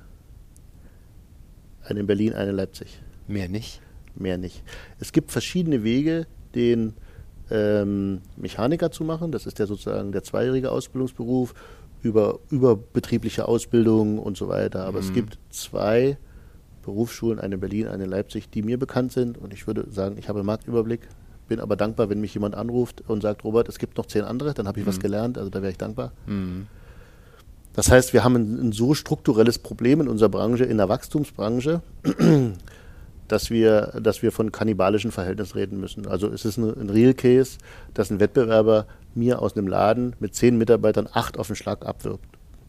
Eine in Berlin, eine in Leipzig. Mehr nicht? Mehr nicht. Es gibt verschiedene Wege, den ähm, Mechaniker zu machen. Das ist ja sozusagen der zweijährige Ausbildungsberuf, über überbetriebliche Ausbildung und so weiter. Aber mhm. es gibt zwei Berufsschulen, eine in Berlin, eine in Leipzig, die mir bekannt sind. Und ich würde sagen, ich habe einen Marktüberblick. Bin aber dankbar, wenn mich jemand anruft und sagt, Robert, es gibt noch zehn andere, dann habe ich mhm. was gelernt. Also da wäre ich dankbar. Mhm. Das heißt, wir haben ein, ein so strukturelles Problem in unserer Branche, in der Wachstumsbranche, dass wir, dass wir von kannibalischen Verhältnissen reden müssen. Also es ist ein, ein Real Case, dass ein Wettbewerber mir aus einem Laden mit zehn Mitarbeitern acht auf den Schlag abwirbt.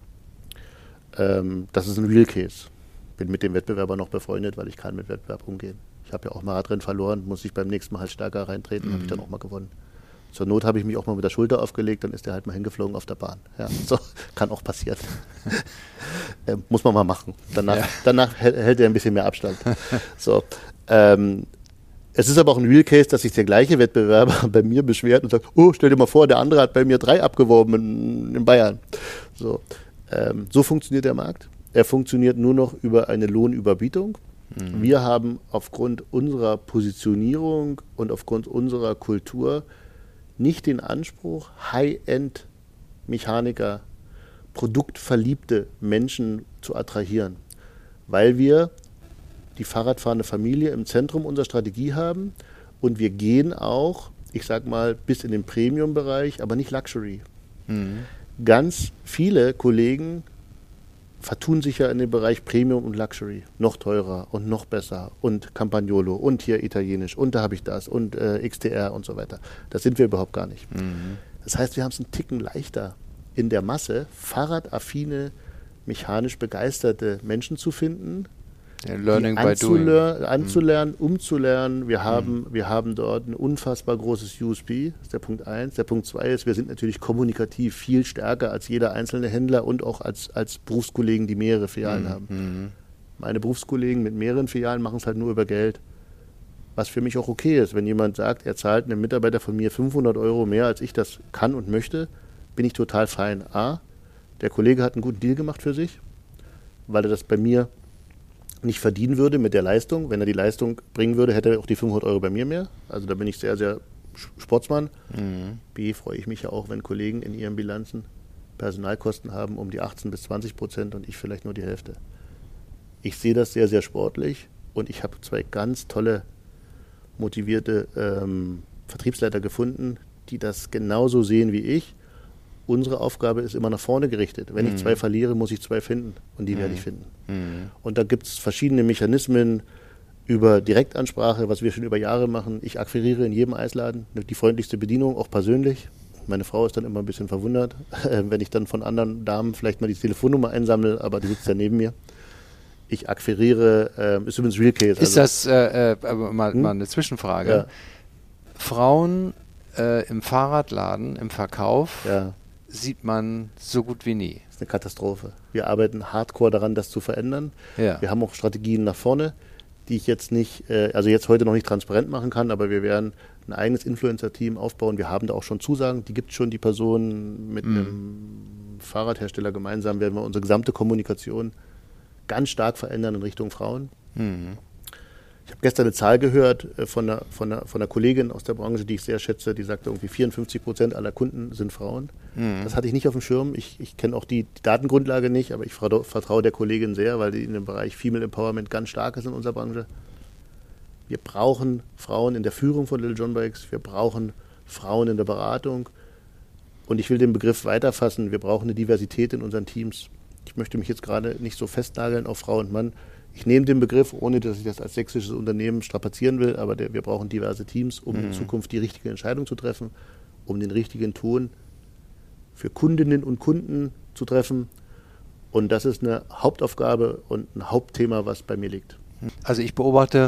Ähm, das ist ein Real Case. Bin mit dem Wettbewerber noch befreundet, weil ich kann mit Wettbewerb umgehen. Ich habe ja auch mal Radrennen verloren, muss ich beim nächsten Mal halt stärker reintreten, mhm. habe ich dann auch mal gewonnen. Zur Not habe ich mich auch mal mit der Schulter aufgelegt, dann ist der halt mal hingeflogen auf der Bahn. Ja, so kann auch passieren. äh, muss man mal machen. Danach, ja. danach hält er ein bisschen mehr Abstand. So, ähm, es ist aber auch ein Real Case, dass sich der gleiche Wettbewerber bei mir beschwert und sagt, oh, stell dir mal vor, der andere hat bei mir drei abgeworben in, in Bayern. So, ähm, so funktioniert der Markt. Er funktioniert nur noch über eine Lohnüberbietung. Mhm. Wir haben aufgrund unserer Positionierung und aufgrund unserer Kultur nicht den Anspruch, High-End-Mechaniker, produktverliebte Menschen zu attrahieren, weil wir die Fahrradfahrende Familie im Zentrum unserer Strategie haben und wir gehen auch, ich sag mal, bis in den Premium-Bereich, aber nicht Luxury. Mhm. Ganz viele Kollegen vertun sich ja in dem Bereich Premium und Luxury. Noch teurer und noch besser und Campagnolo und hier italienisch und da habe ich das und äh, X T R und so weiter. Das sind wir überhaupt gar nicht. Mhm. Das heißt, wir haben es einen Ticken leichter in der Masse, fahrradaffine, mechanisch begeisterte Menschen zu finden, ja, learning by doing. anzulernen, mhm. umzulernen. Wir haben, mhm. wir haben dort ein unfassbar großes U S P, das ist der Punkt eins. Der Punkt zwei ist, wir sind natürlich kommunikativ viel stärker als jeder einzelne Händler und auch als, als Berufskollegen, die mehrere Filialen mhm. haben. Meine Berufskollegen mit mehreren Filialen machen es halt nur über Geld. was für mich auch okay ist. Wenn jemand sagt, er zahlt einem Mitarbeiter von mir fünfhundert Euro mehr, als ich das kann und möchte, bin ich total fein. A, der Kollege hat einen guten Deal gemacht für sich, weil er das bei mir nicht verdienen würde mit der Leistung. Wenn er die Leistung bringen würde, hätte er auch die fünfhundert Euro bei mir mehr. Also da bin ich sehr, sehr Sportsmann. Mhm. B, freue ich mich ja auch, wenn Kollegen in ihren Bilanzen Personalkosten haben um die achtzehn bis zwanzig Prozent und ich vielleicht nur die Hälfte. Ich sehe das sehr, sehr sportlich und ich habe zwei ganz tolle, motivierte ähm, Vertriebsleiter gefunden, die das genauso sehen wie ich. Unsere Aufgabe ist immer nach vorne gerichtet. Wenn mhm. ich zwei verliere, muss ich zwei finden und die mhm. werde ich finden. Mhm. Und da gibt es verschiedene Mechanismen über Direktansprache, was wir schon über Jahre machen. Ich akquiriere in jedem Eisladen die freundlichste Bedienung, auch persönlich. Meine Frau ist dann immer ein bisschen verwundert, wenn ich dann von anderen Damen vielleicht mal die Telefonnummer einsammle, aber die sitzt ja neben mir. Ich akquiriere, äh, ist übrigens Real Case. Ist also, das, äh, äh, mal, hm? mal eine Zwischenfrage. Ja. Frauen äh, im Fahrradladen, im Verkauf, ja. sieht man so gut wie nie. Das ist eine Katastrophe. Wir arbeiten hardcore daran, das zu verändern. Ja. Wir haben auch Strategien nach vorne, die ich jetzt nicht, äh, also jetzt heute noch nicht transparent machen kann, aber wir werden ein eigenes Influencer-Team aufbauen. Wir haben da auch schon Zusagen, die gibt es schon, die Personen mit mhm. einem Fahrradhersteller gemeinsam werden wir unsere gesamte Kommunikation ganz stark verändern in Richtung Frauen. Mhm. Ich habe gestern eine Zahl gehört von einer, von, einer, von einer Kollegin aus der Branche, die ich sehr schätze, die sagte, irgendwie vierundfünfzig Prozent aller Kunden sind Frauen. Mhm. Das hatte ich nicht auf dem Schirm. Ich, ich kenne auch die, die Datengrundlage nicht, aber ich vertraue der Kollegin sehr, weil die in dem Bereich Female Empowerment ganz stark ist in unserer Branche. Wir brauchen Frauen in der Führung von Little John Bikes, wir brauchen Frauen in der Beratung und ich will den Begriff weiterfassen, wir brauchen eine Diversität in unseren Teams. Ich möchte mich jetzt gerade nicht so festnageln auf Frau und Mann. Ich nehme den Begriff, ohne dass ich das als sächsisches Unternehmen strapazieren will, aber der, wir brauchen diverse Teams, um mhm. in Zukunft die richtige Entscheidung zu treffen, um den richtigen Ton für Kundinnen und Kunden zu treffen. Und das ist eine Hauptaufgabe und ein Hauptthema, was bei mir liegt. Also ich beobachte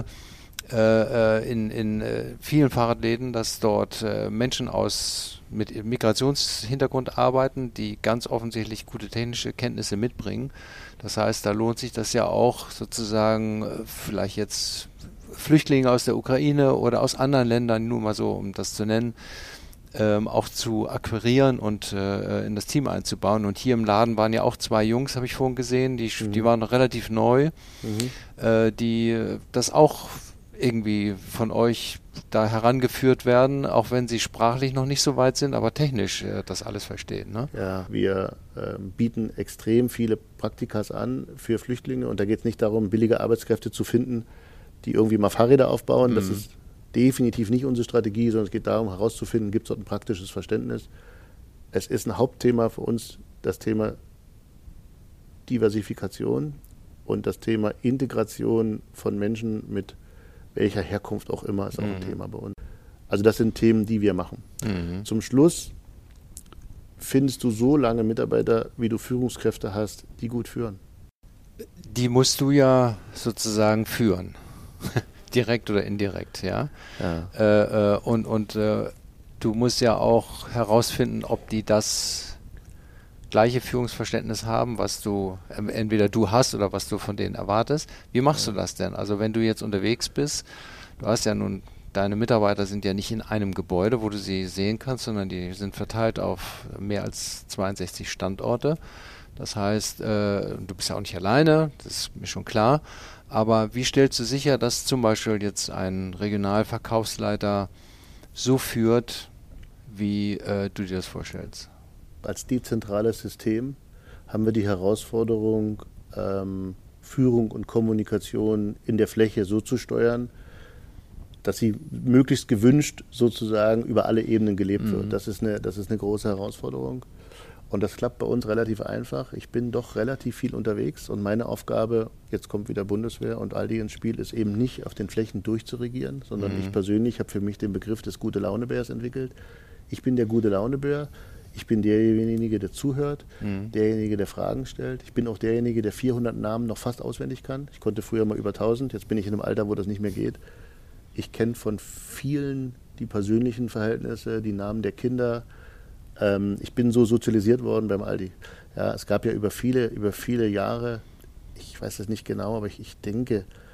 äh, in, in äh, vielen Fahrradläden, dass dort äh, Menschen aus mit Migrationshintergrund arbeiten, die ganz offensichtlich gute technische Kenntnisse mitbringen. Das heißt, da lohnt sich das ja auch sozusagen äh, vielleicht jetzt Flüchtlinge aus der Ukraine oder aus anderen Ländern, nur mal so, um das zu nennen, ähm, auch zu akquirieren und äh, in das Team einzubauen. Und hier im Laden waren ja auch zwei Jungs, habe ich vorhin gesehen, die, mhm. die waren noch relativ neu, mhm. äh, die das auch irgendwie von euch da herangeführt werden, auch wenn sie sprachlich noch nicht so weit sind, aber technisch äh, das alles verstehen. Ne? Ja, wir äh, bieten extrem viele Praktikas an für Flüchtlinge und da geht es nicht darum, billige Arbeitskräfte zu finden, die irgendwie mal Fahrräder aufbauen. Mhm. Das ist definitiv nicht unsere Strategie, sondern es geht darum herauszufinden, gibt es dort ein praktisches Verständnis. Es ist ein Hauptthema für uns, das Thema Diversifikation und das Thema Integration von Menschen mit welcher Herkunft auch immer, ist auch mhm. ein Thema bei uns. Also das sind Themen, die wir machen. Mhm. Zum Schluss findest du so lange Mitarbeiter, wie du Führungskräfte hast, die gut führen. Die musst du ja sozusagen führen. Direkt oder indirekt, ja. ja. Äh, äh, und und äh, du musst ja auch herausfinden, ob die das gleiche Führungsverständnis haben, was du äh, entweder du hast oder was du von denen erwartest. Wie machst ja. du das denn? Also wenn du jetzt unterwegs bist, du hast ja nun, deine Mitarbeiter sind ja nicht in einem Gebäude, wo du sie sehen kannst, sondern die sind verteilt auf mehr als zweiundsechzig Standorte. Das heißt, äh, du bist ja auch nicht alleine, das ist mir schon klar. Aber wie stellst du sicher, dass zum Beispiel jetzt ein Regionalverkaufsleiter so führt, wie äh, du dir das vorstellst? Als dezentrales System haben wir die Herausforderung, ähm, Führung und Kommunikation in der Fläche so zu steuern, dass sie möglichst gewünscht sozusagen über alle Ebenen gelebt mhm. wird. Das ist eine, das ist eine große Herausforderung. Und das klappt bei uns relativ einfach. Ich bin doch relativ viel unterwegs und meine Aufgabe, jetzt kommt wieder Bundeswehr und Aldi ins Spiel, ist eben nicht auf den Flächen durchzuregieren, sondern mhm. ich persönlich habe für mich den Begriff des Gute-Laune-Bärs entwickelt. Ich bin der Gute-Laune-Bär. Ich bin derjenige, der zuhört, mhm. derjenige, der Fragen stellt. Ich bin auch derjenige, der vierhundert Namen noch fast auswendig kann. Ich konnte früher mal über tausend, jetzt bin ich in einem Alter, wo das nicht mehr geht. Ich kenne von vielen die persönlichen Verhältnisse, die Namen der Kinder. Ähm, ich bin so sozialisiert worden beim Aldi. Ja, es gab ja über viele, über viele Jahre, ich weiß es nicht genau, aber ich, ich denke,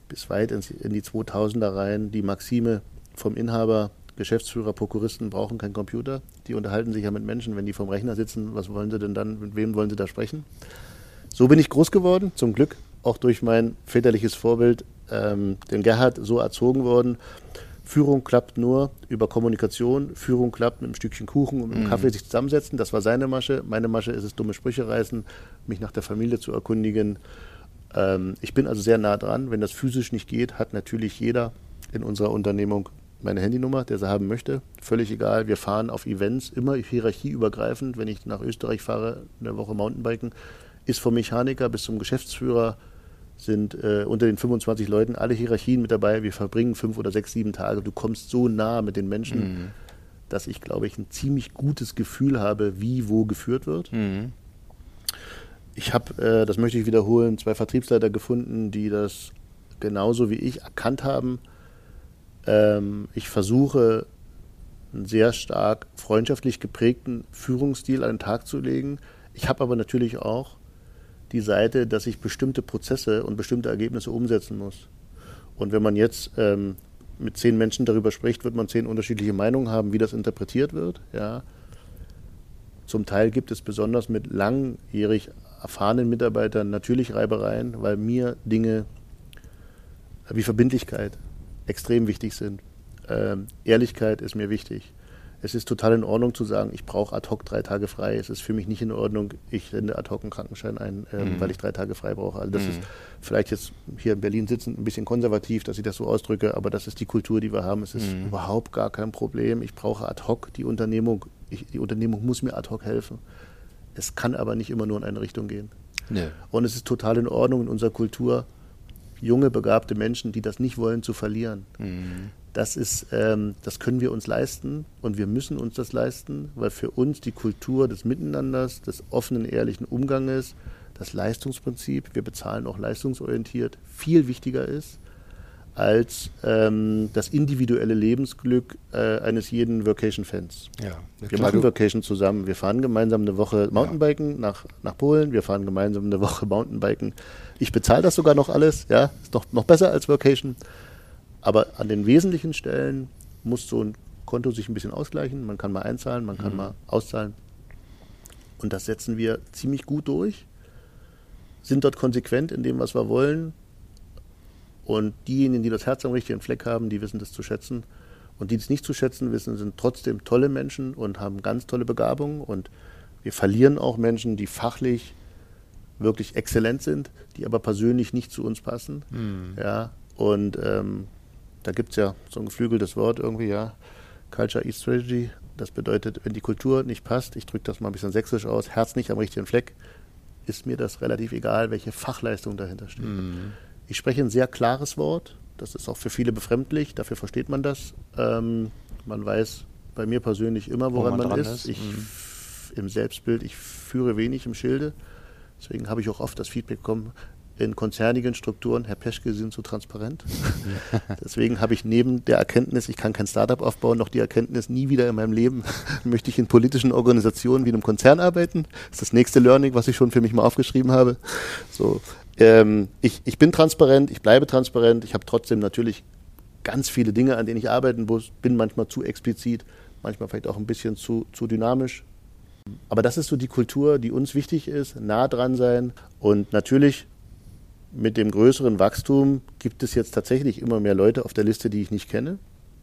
bis weit ins, in die zweitausender rein. Die Maxime vom Inhaber, Geschäftsführer, Prokuristen brauchen keinen Computer. Die unterhalten sich ja mit Menschen, wenn die vom Rechner sitzen. Was wollen sie denn dann, mit wem wollen sie da sprechen? So bin ich groß geworden, zum Glück auch durch mein väterliches Vorbild, ähm, den Gerhard, so erzogen worden. Führung klappt nur über Kommunikation, Führung klappt mit einem Stückchen Kuchen und mit einem mhm. Kaffee sich zusammensetzen. Das war seine Masche. Meine Masche ist es, dumme Sprüche reißen, mich nach der Familie zu erkundigen. Ähm, ich bin also sehr nah dran. Wenn das physisch nicht geht, hat natürlich jeder in unserer Unternehmung meine Handynummer, der sie haben möchte. Völlig egal. Wir fahren auf Events, immer hierarchieübergreifend. Wenn ich nach Österreich fahre, eine Woche Mountainbiken, ist vom Mechaniker bis zum Geschäftsführer sind äh, unter den fünfundzwanzig Leuten alle Hierarchien mit dabei. Wir verbringen fünf oder sechs, sieben Tage. Du kommst so nah mit den Menschen, mhm. dass ich, glaube ich, ein ziemlich gutes Gefühl habe, wie wo geführt wird. Mhm. Ich habe, äh, das möchte ich wiederholen, zwei Vertriebsleiter gefunden, die das genauso wie ich erkannt haben. Ähm, ich versuche, einen sehr stark freundschaftlich geprägten Führungsstil an den Tag zu legen. Ich habe aber natürlich auch die Seite, dass ich bestimmte Prozesse und bestimmte Ergebnisse umsetzen muss. Und wenn man jetzt ähm, mit zehn Menschen darüber spricht, wird man zehn unterschiedliche Meinungen haben, wie das interpretiert wird. Ja. Zum Teil gibt es besonders mit langjährig erfahrenen Mitarbeitern natürlich Reibereien, weil mir Dinge wie Verbindlichkeit extrem wichtig sind. Ähm, Ehrlichkeit ist mir wichtig. Es ist total in Ordnung zu sagen, ich brauche ad hoc drei Tage frei. Es ist für mich nicht in Ordnung, ich sende ad hoc einen Krankenschein ein, ähm, mhm. weil ich drei Tage frei brauche. Also das mhm. ist vielleicht jetzt hier in Berlin sitzend ein bisschen konservativ, dass ich das so ausdrücke, aber das ist die Kultur, die wir haben. Es ist mhm. überhaupt gar kein Problem. Ich brauche ad hoc die Unternehmung. Ich, die Unternehmung muss mir ad hoc helfen. Es kann aber nicht immer nur in eine Richtung gehen. Nee. Und es ist total in Ordnung in unserer Kultur, junge, begabte Menschen, die das nicht wollen, zu verlieren. Mhm. Das ist, ähm, das können wir uns leisten und wir müssen uns das leisten, weil für uns die Kultur des Miteinanders, des offenen, ehrlichen Umganges, das Leistungsprinzip, wir bezahlen auch leistungsorientiert, viel wichtiger ist als ähm, das individuelle Lebensglück äh, eines jeden Vacation-Fans. Ja, wir klar, machen Vacation zusammen, wir fahren gemeinsam eine Woche Mountainbiken ja. nach, nach Polen, wir fahren gemeinsam eine Woche Mountainbiken. Ich bezahle das sogar noch alles, ja, ist noch, noch besser als Vacation. Aber an den wesentlichen Stellen muss so ein Konto sich ein bisschen ausgleichen. Man kann mal einzahlen, man kann mhm. mal auszahlen. Und das setzen wir ziemlich gut durch, sind dort konsequent in dem, was wir wollen. Und diejenigen, die das Herz am richtigen Fleck haben, die wissen das zu schätzen. Und die es nicht zu schätzen wissen, sind trotzdem tolle Menschen und haben ganz tolle Begabungen. Und wir verlieren auch Menschen, die fachlich wirklich exzellent sind, die aber persönlich nicht zu uns passen. Mhm. Ja, und ähm, da gibt es ja so ein geflügeltes Wort irgendwie, ja, Culture Eats Strategy. Das bedeutet, wenn die Kultur nicht passt, ich drücke das mal ein bisschen sächsisch aus, Herz nicht am richtigen Fleck, ist mir das relativ egal, welche Fachleistung dahinter steht. Mhm. Ich spreche ein sehr klares Wort, das ist auch für viele befremdlich, dafür versteht man das. Ähm, man weiß bei mir persönlich immer, woran Wo man, man ist. ist. Ich, mhm. Im Selbstbild, ich führe wenig im Schilde, deswegen habe ich auch oft das Feedback bekommen, in konzernigen Strukturen, Herr Peschke, Sie sind zu transparent. Deswegen habe ich neben der Erkenntnis, ich kann kein Startup aufbauen, noch die Erkenntnis, nie wieder in meinem Leben möchte ich in politischen Organisationen wie in einem Konzern arbeiten. Das ist das nächste Learning, was ich schon für mich mal aufgeschrieben habe. So, ähm, ich, ich bin transparent, ich bleibe transparent, ich habe trotzdem natürlich ganz viele Dinge, an denen ich arbeiten muss, bin manchmal zu explizit, manchmal vielleicht auch ein bisschen zu, zu dynamisch. Aber das ist so die Kultur, die uns wichtig ist, nah dran sein und natürlich mit dem größeren Wachstum gibt es jetzt tatsächlich immer mehr Leute auf der Liste, die ich nicht kenne.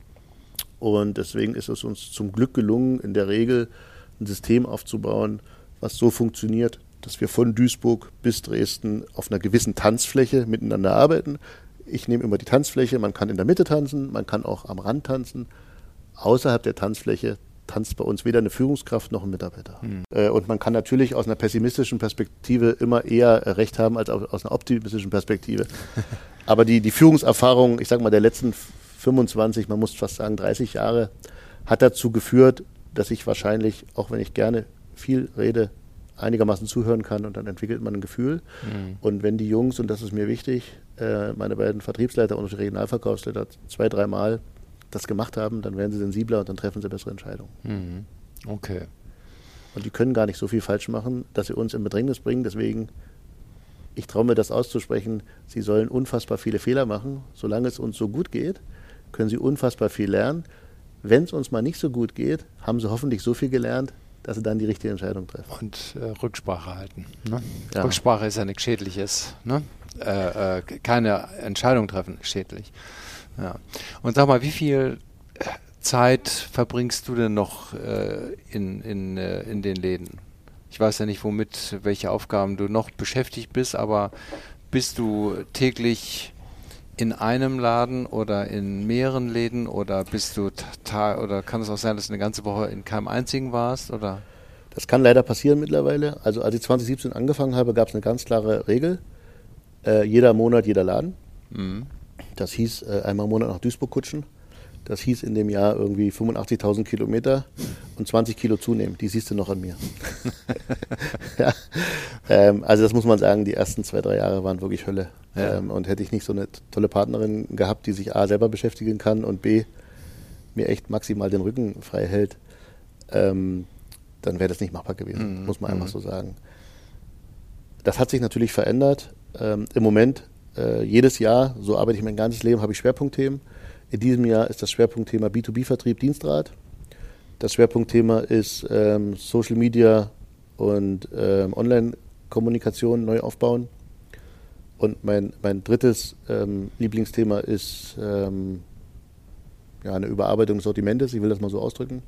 Und deswegen ist es uns zum Glück gelungen, in der Regel ein System aufzubauen, was so funktioniert, dass wir von Duisburg bis Dresden auf einer gewissen Tanzfläche miteinander arbeiten. Ich nehme immer die Tanzfläche, man kann in der Mitte tanzen, man kann auch am Rand tanzen. Außerhalb der Tanzfläche tanzt bei uns weder eine Führungskraft noch ein Mitarbeiter. Mhm. Äh, und man kann natürlich aus einer pessimistischen Perspektive immer eher äh, recht haben als aus einer optimistischen Perspektive. Aber die, die Führungserfahrung, ich sage mal, der letzten fünfundzwanzig, man muss fast sagen dreißig Jahre, hat dazu geführt, dass ich wahrscheinlich, auch wenn ich gerne viel rede, einigermaßen zuhören kann und dann entwickelt man ein Gefühl. Mhm. Und wenn die Jungs, und das ist mir wichtig, äh, meine beiden Vertriebsleiter und Regionalverkaufsleiter zwei, dreimal das gemacht haben, dann werden sie sensibler und dann treffen sie bessere Entscheidungen. Mhm. Okay. Und die können gar nicht so viel falsch machen, dass sie uns in Bedrängnis bringen. Deswegen ich traue mir das auszusprechen, Sie sollen unfassbar viele Fehler machen. Solange es uns so gut geht, können Sie unfassbar viel lernen. Wenn es uns mal nicht so gut geht, haben Sie hoffentlich so viel gelernt, dass Sie dann die richtige Entscheidung treffen. Und äh, Rücksprache halten. Ne? Ja. Rücksprache ist ja nichts Schädliches. Ne? Äh, äh, keine Entscheidung treffen ist schädlich. Ja. Und sag mal, wie viel Zeit verbringst du denn noch äh, in, in, äh, in den Läden? Ich weiß ja nicht, womit, welche Aufgaben du noch beschäftigt bist, aber bist du täglich in einem Laden oder in mehreren Läden oder bist du ta- oder kann es auch sein, dass du eine ganze Woche in keinem einzigen warst? Oder? Das kann leider passieren mittlerweile. Also als ich zwanzig siebzehn angefangen habe, gab es eine ganz klare Regel. Äh, jeder Monat, jeder Laden. Mhm. Das hieß äh, einmal im Monat nach Duisburg kutschen. Das hieß in dem Jahr irgendwie fünfundachtzigtausend Kilometer und zwanzig Kilo zunehmen. Die siehst du noch an mir. ja. ähm, also das muss man sagen, die ersten zwei, drei Jahre waren wirklich Hölle. Ja. Ähm, und hätte ich nicht so eine tolle Partnerin gehabt, die sich A, selber beschäftigen kann und B, mir echt maximal den Rücken frei hält, ähm, dann wäre das nicht machbar gewesen, mhm. muss man einfach so sagen. Das hat sich natürlich verändert. Ähm, Im Moment, äh, jedes Jahr, so arbeite ich mein ganzes Leben, habe ich Schwerpunktthemen. In diesem Jahr ist das Schwerpunktthema B zwei B-Vertrieb, Dienstrat. Das Schwerpunktthema ist ähm, Social Media und ähm, Online-Kommunikation neu aufbauen. Und mein, mein drittes ähm, Lieblingsthema ist ähm, ja, eine Überarbeitung des Sortimentes, ich will das mal so ausdrücken.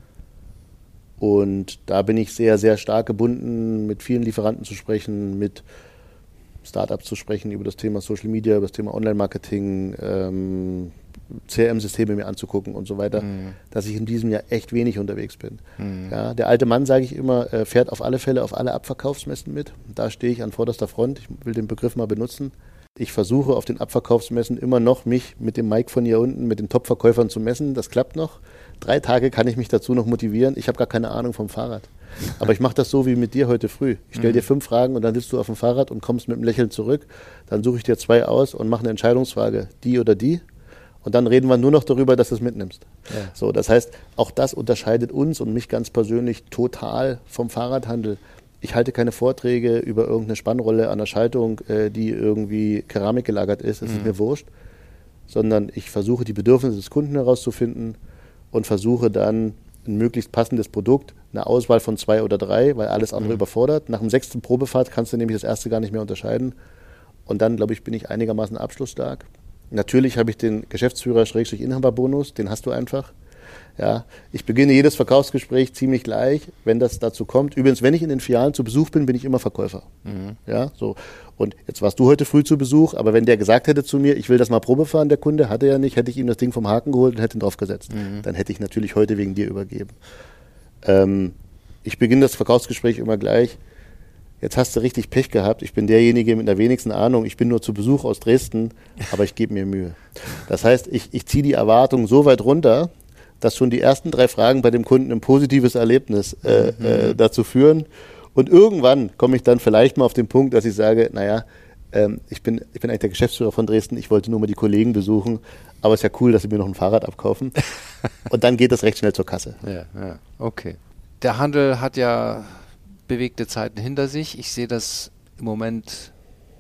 Und da bin ich sehr, sehr stark gebunden, mit vielen Lieferanten zu sprechen, mit Startups zu sprechen über das Thema Social Media, über das Thema Online-Marketing, ähm, C R M-Systeme mir anzugucken und so weiter, mhm. dass ich in diesem Jahr echt wenig unterwegs bin. Mhm. Ja, der alte Mann, sage ich immer, fährt auf alle Fälle auf alle Abverkaufsmessen mit. Da stehe ich an vorderster Front. Ich will den Begriff mal benutzen. Ich versuche auf den Abverkaufsmessen immer noch, mich mit dem Mike von hier unten, mit den Top-Verkäufern zu messen. Das klappt noch. Drei Tage kann ich mich dazu noch motivieren. Ich habe gar keine Ahnung vom Fahrrad. Aber ich mache das so wie mit dir heute früh. Ich stelle dir fünf Fragen und dann sitzt du auf dem Fahrrad und kommst mit einem Lächeln zurück. Dann suche ich dir zwei aus und mache eine Entscheidungsfrage, die oder die. Und dann reden wir nur noch darüber, dass du es mitnimmst. Ja. So, das heißt, auch das unterscheidet uns und mich ganz persönlich total vom Fahrradhandel. Ich halte keine Vorträge über irgendeine Spannrolle an der Schaltung, äh, die irgendwie Keramik gelagert ist. Das mhm. ist mir wurscht. Sondern ich versuche, die Bedürfnisse des Kunden herauszufinden und versuche dann ein möglichst passendes Produkt, eine Auswahl von zwei oder drei, weil alles andere mhm. überfordert. Nach dem sechsten Probefahrt kannst du nämlich das erste gar nicht mehr unterscheiden. Und dann, glaube ich, bin ich einigermaßen abschlussstark. Natürlich habe ich den Geschäftsführer-Inhaber-Bonus, den hast du einfach. Ja, ich beginne jedes Verkaufsgespräch ziemlich gleich, wenn das dazu kommt. Übrigens, wenn ich in den Filialen zu Besuch bin, bin ich immer Verkäufer. Mhm. Ja, so. Und jetzt warst du heute früh zu Besuch, aber wenn der gesagt hätte zu mir, ich will das mal Probe fahren, der Kunde, hatte er nicht, hätte ich ihm das Ding vom Haken geholt und hätte ihn draufgesetzt. Mhm. Dann hätte ich natürlich heute wegen dir übergeben. Ähm, ich beginne das Verkaufsgespräch immer gleich. Jetzt hast du richtig Pech gehabt. Ich bin derjenige mit der wenigsten Ahnung. Ich bin nur zu Besuch aus Dresden, aber ich gebe mir Mühe. Das heißt, ich, ich ziehe die Erwartung so weit runter, dass schon die ersten drei Fragen bei dem Kunden ein positives Erlebnis äh, mhm. äh, dazu führen. Und irgendwann komme ich dann vielleicht mal auf den Punkt, dass ich sage, naja, ähm, ich bin, ich bin eigentlich der Geschäftsführer von Dresden, ich wollte nur mal die Kollegen besuchen, aber es ist ja cool, dass sie mir noch ein Fahrrad abkaufen. Und dann geht das recht schnell zur Kasse. Ja, ja, okay. Der Handel hat ja bewegte Zeiten hinter sich. Ich sehe das im Moment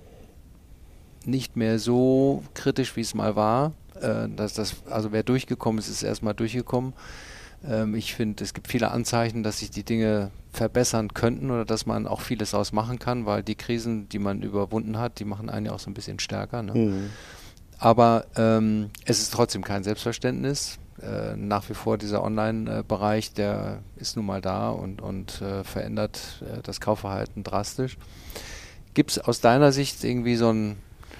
nicht mehr so kritisch, wie es mal war. Äh, dass das, also wer durchgekommen ist, ist erstmal durchgekommen. Ähm, ich finde, es gibt viele Anzeichen, dass sich die Dinge verbessern könnten oder dass man auch vieles daraus machen kann, weil die Krisen, die man überwunden hat, die machen einen ja auch so ein bisschen stärker. Ne? Mhm. Aber ähm, es ist trotzdem kein Selbstverständnis. Äh, nach wie vor dieser Online-Bereich, der ist nun mal da und, und äh, verändert äh, das Kaufverhalten drastisch. Gibt es aus deiner Sicht irgendwie so ein,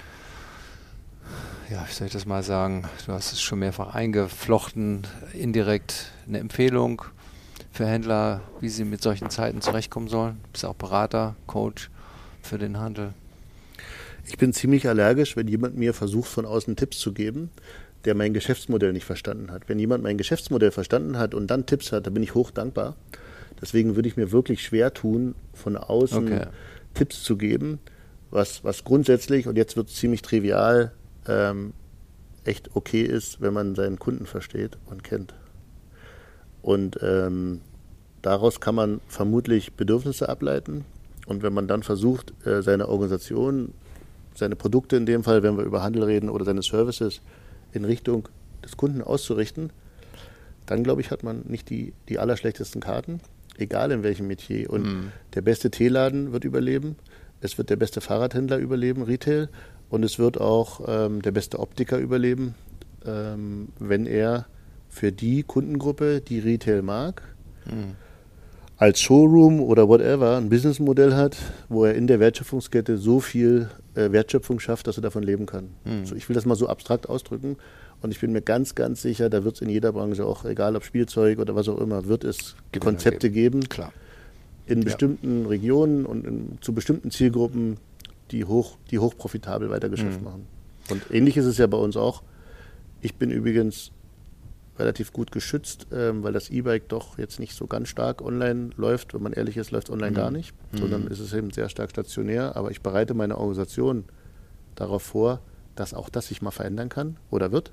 ja, wie soll ich das mal sagen, du hast es schon mehrfach eingeflochten, indirekt eine Empfehlung für Händler, wie sie mit solchen Zeiten zurechtkommen sollen? Du bist auch Berater, Coach für den Handel. Ich bin ziemlich allergisch, wenn jemand mir versucht, von außen Tipps zu geben, der mein Geschäftsmodell nicht verstanden hat. Wenn jemand mein Geschäftsmodell verstanden hat und dann Tipps hat, dann bin ich hoch dankbar. Deswegen würde ich mir wirklich schwer tun, von außen okay. Tipps zu geben, was, was grundsätzlich, und jetzt wird es ziemlich trivial, ähm, echt okay ist, wenn man seinen Kunden versteht und kennt. Und ähm, daraus kann man vermutlich Bedürfnisse ableiten Und wenn man dann versucht, seine Organisation, seine Produkte in dem Fall, wenn wir über Handel reden, oder seine Services in Richtung des Kunden auszurichten, dann, glaube ich, hat man nicht die, die allerschlechtesten Karten, egal in welchem Metier. Und mm. der beste Teeladen wird überleben, es wird der beste Fahrradhändler überleben, Retail, und es wird auch ähm, der beste Optiker überleben, ähm, wenn er für die Kundengruppe, die Retail mag, mm. als Showroom oder whatever ein Businessmodell hat, wo er in der Wertschöpfungskette so viel äh, Wertschöpfung schafft, dass er davon leben kann. Mm. So, ich will das mal so abstrakt ausdrücken. Und ich bin mir ganz, ganz sicher, da wird es in jeder Branche auch, egal ob Spielzeug oder was auch immer, wird es Gewinner Konzepte geben, geben Klar. in ja. bestimmten Regionen und in, zu bestimmten Zielgruppen, die hoch, die hoch profitabel weiter Geschäft mhm. machen. Und ähnlich ist es ja bei uns auch. Ich bin übrigens relativ gut geschützt, ähm, weil das E-Bike doch jetzt nicht so ganz stark online läuft. Wenn man ehrlich ist, läuft es online mhm. gar nicht, mhm. sondern ist es eben sehr stark stationär. Aber ich bereite meine Organisation darauf vor, dass auch das sich mal verändern kann oder wird.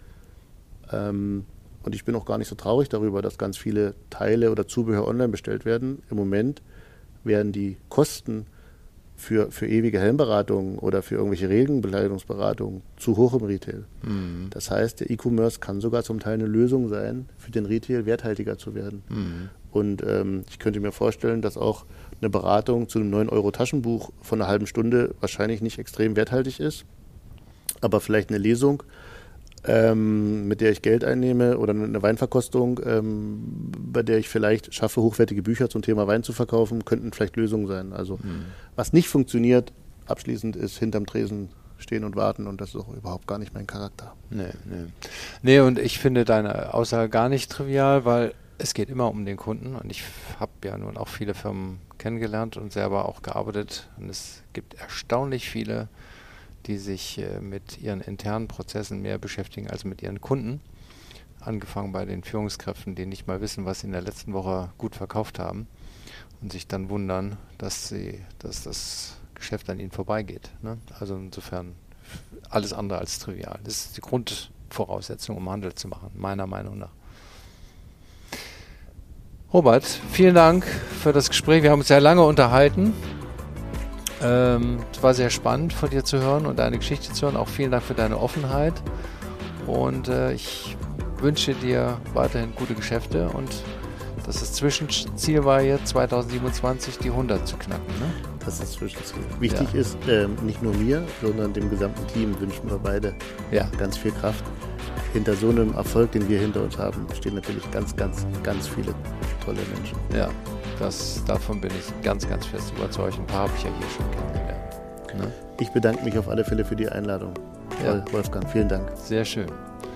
Ähm, und ich bin auch gar nicht so traurig darüber, dass ganz viele Teile oder Zubehör online bestellt werden. Im Moment werden die Kosten für, für ewige Helmberatungen oder für irgendwelche Regenbekleidungsberatungen zu hoch im Retail. Mhm. Das heißt, der E-Commerce kann sogar zum Teil eine Lösung sein, für den Retail werthaltiger zu werden. Mhm. Und ähm, ich könnte mir vorstellen, dass auch eine Beratung zu einem neun Euro Taschenbuch von einer halben Stunde wahrscheinlich nicht extrem werthaltig ist, aber vielleicht eine Lesung, Ähm, mit der ich Geld einnehme, oder eine Weinverkostung, ähm, bei der ich vielleicht schaffe, hochwertige Bücher zum Thema Wein zu verkaufen, könnten vielleicht Lösungen sein. Also mhm. was nicht funktioniert, abschließend, ist hinterm Tresen stehen und warten, und das ist auch überhaupt gar nicht mein Charakter. Nee, nee. Nee, und ich finde deine Aussage gar nicht trivial, weil es geht immer um den Kunden, und ich habe ja nun auch viele Firmen kennengelernt und selber auch gearbeitet, und es gibt erstaunlich viele, die sich äh, mit ihren internen Prozessen mehr beschäftigen als mit ihren Kunden. Angefangen bei den Führungskräften, die nicht mal wissen, was sie in der letzten Woche gut verkauft haben, und sich dann wundern, dass sie, dass das Geschäft an ihnen vorbeigeht. Ne? Also insofern alles andere als trivial. Das ist die Grundvoraussetzung, um Handel zu machen, meiner Meinung nach. Robert, vielen Dank für das Gespräch. Wir haben uns sehr lange unterhalten. Ähm, es war sehr spannend, von dir zu hören und deine Geschichte zu hören. Auch vielen Dank für deine Offenheit. Und äh, ich wünsche dir weiterhin gute Geschäfte, und dass das Zwischenziel war jetzt zwanzig siebenundzwanzig die hundert zu knacken. Ne? Das ist das Zwischenziel. Wichtig ja. ist, ähm, nicht nur mir, sondern dem gesamten Team wünschen wir beide ja. ganz viel Kraft. Hinter so einem Erfolg, den wir hinter uns haben, stehen natürlich ganz, ganz, ganz viele tolle Menschen. Ja. Das, davon bin ich ganz, ganz fest überzeugt. Ein paar habe ich ja hier schon kennengelernt. Ne? Ich bedanke mich auf alle Fälle für die Einladung. Ja. Wolfgang, vielen Dank. Sehr schön.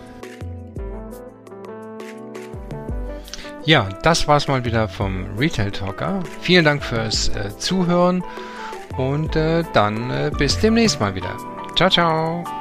Ja, das war's mal wieder vom Retail Talker. Vielen Dank fürs äh, Zuhören, und äh, dann äh, bis demnächst mal wieder. Ciao, ciao.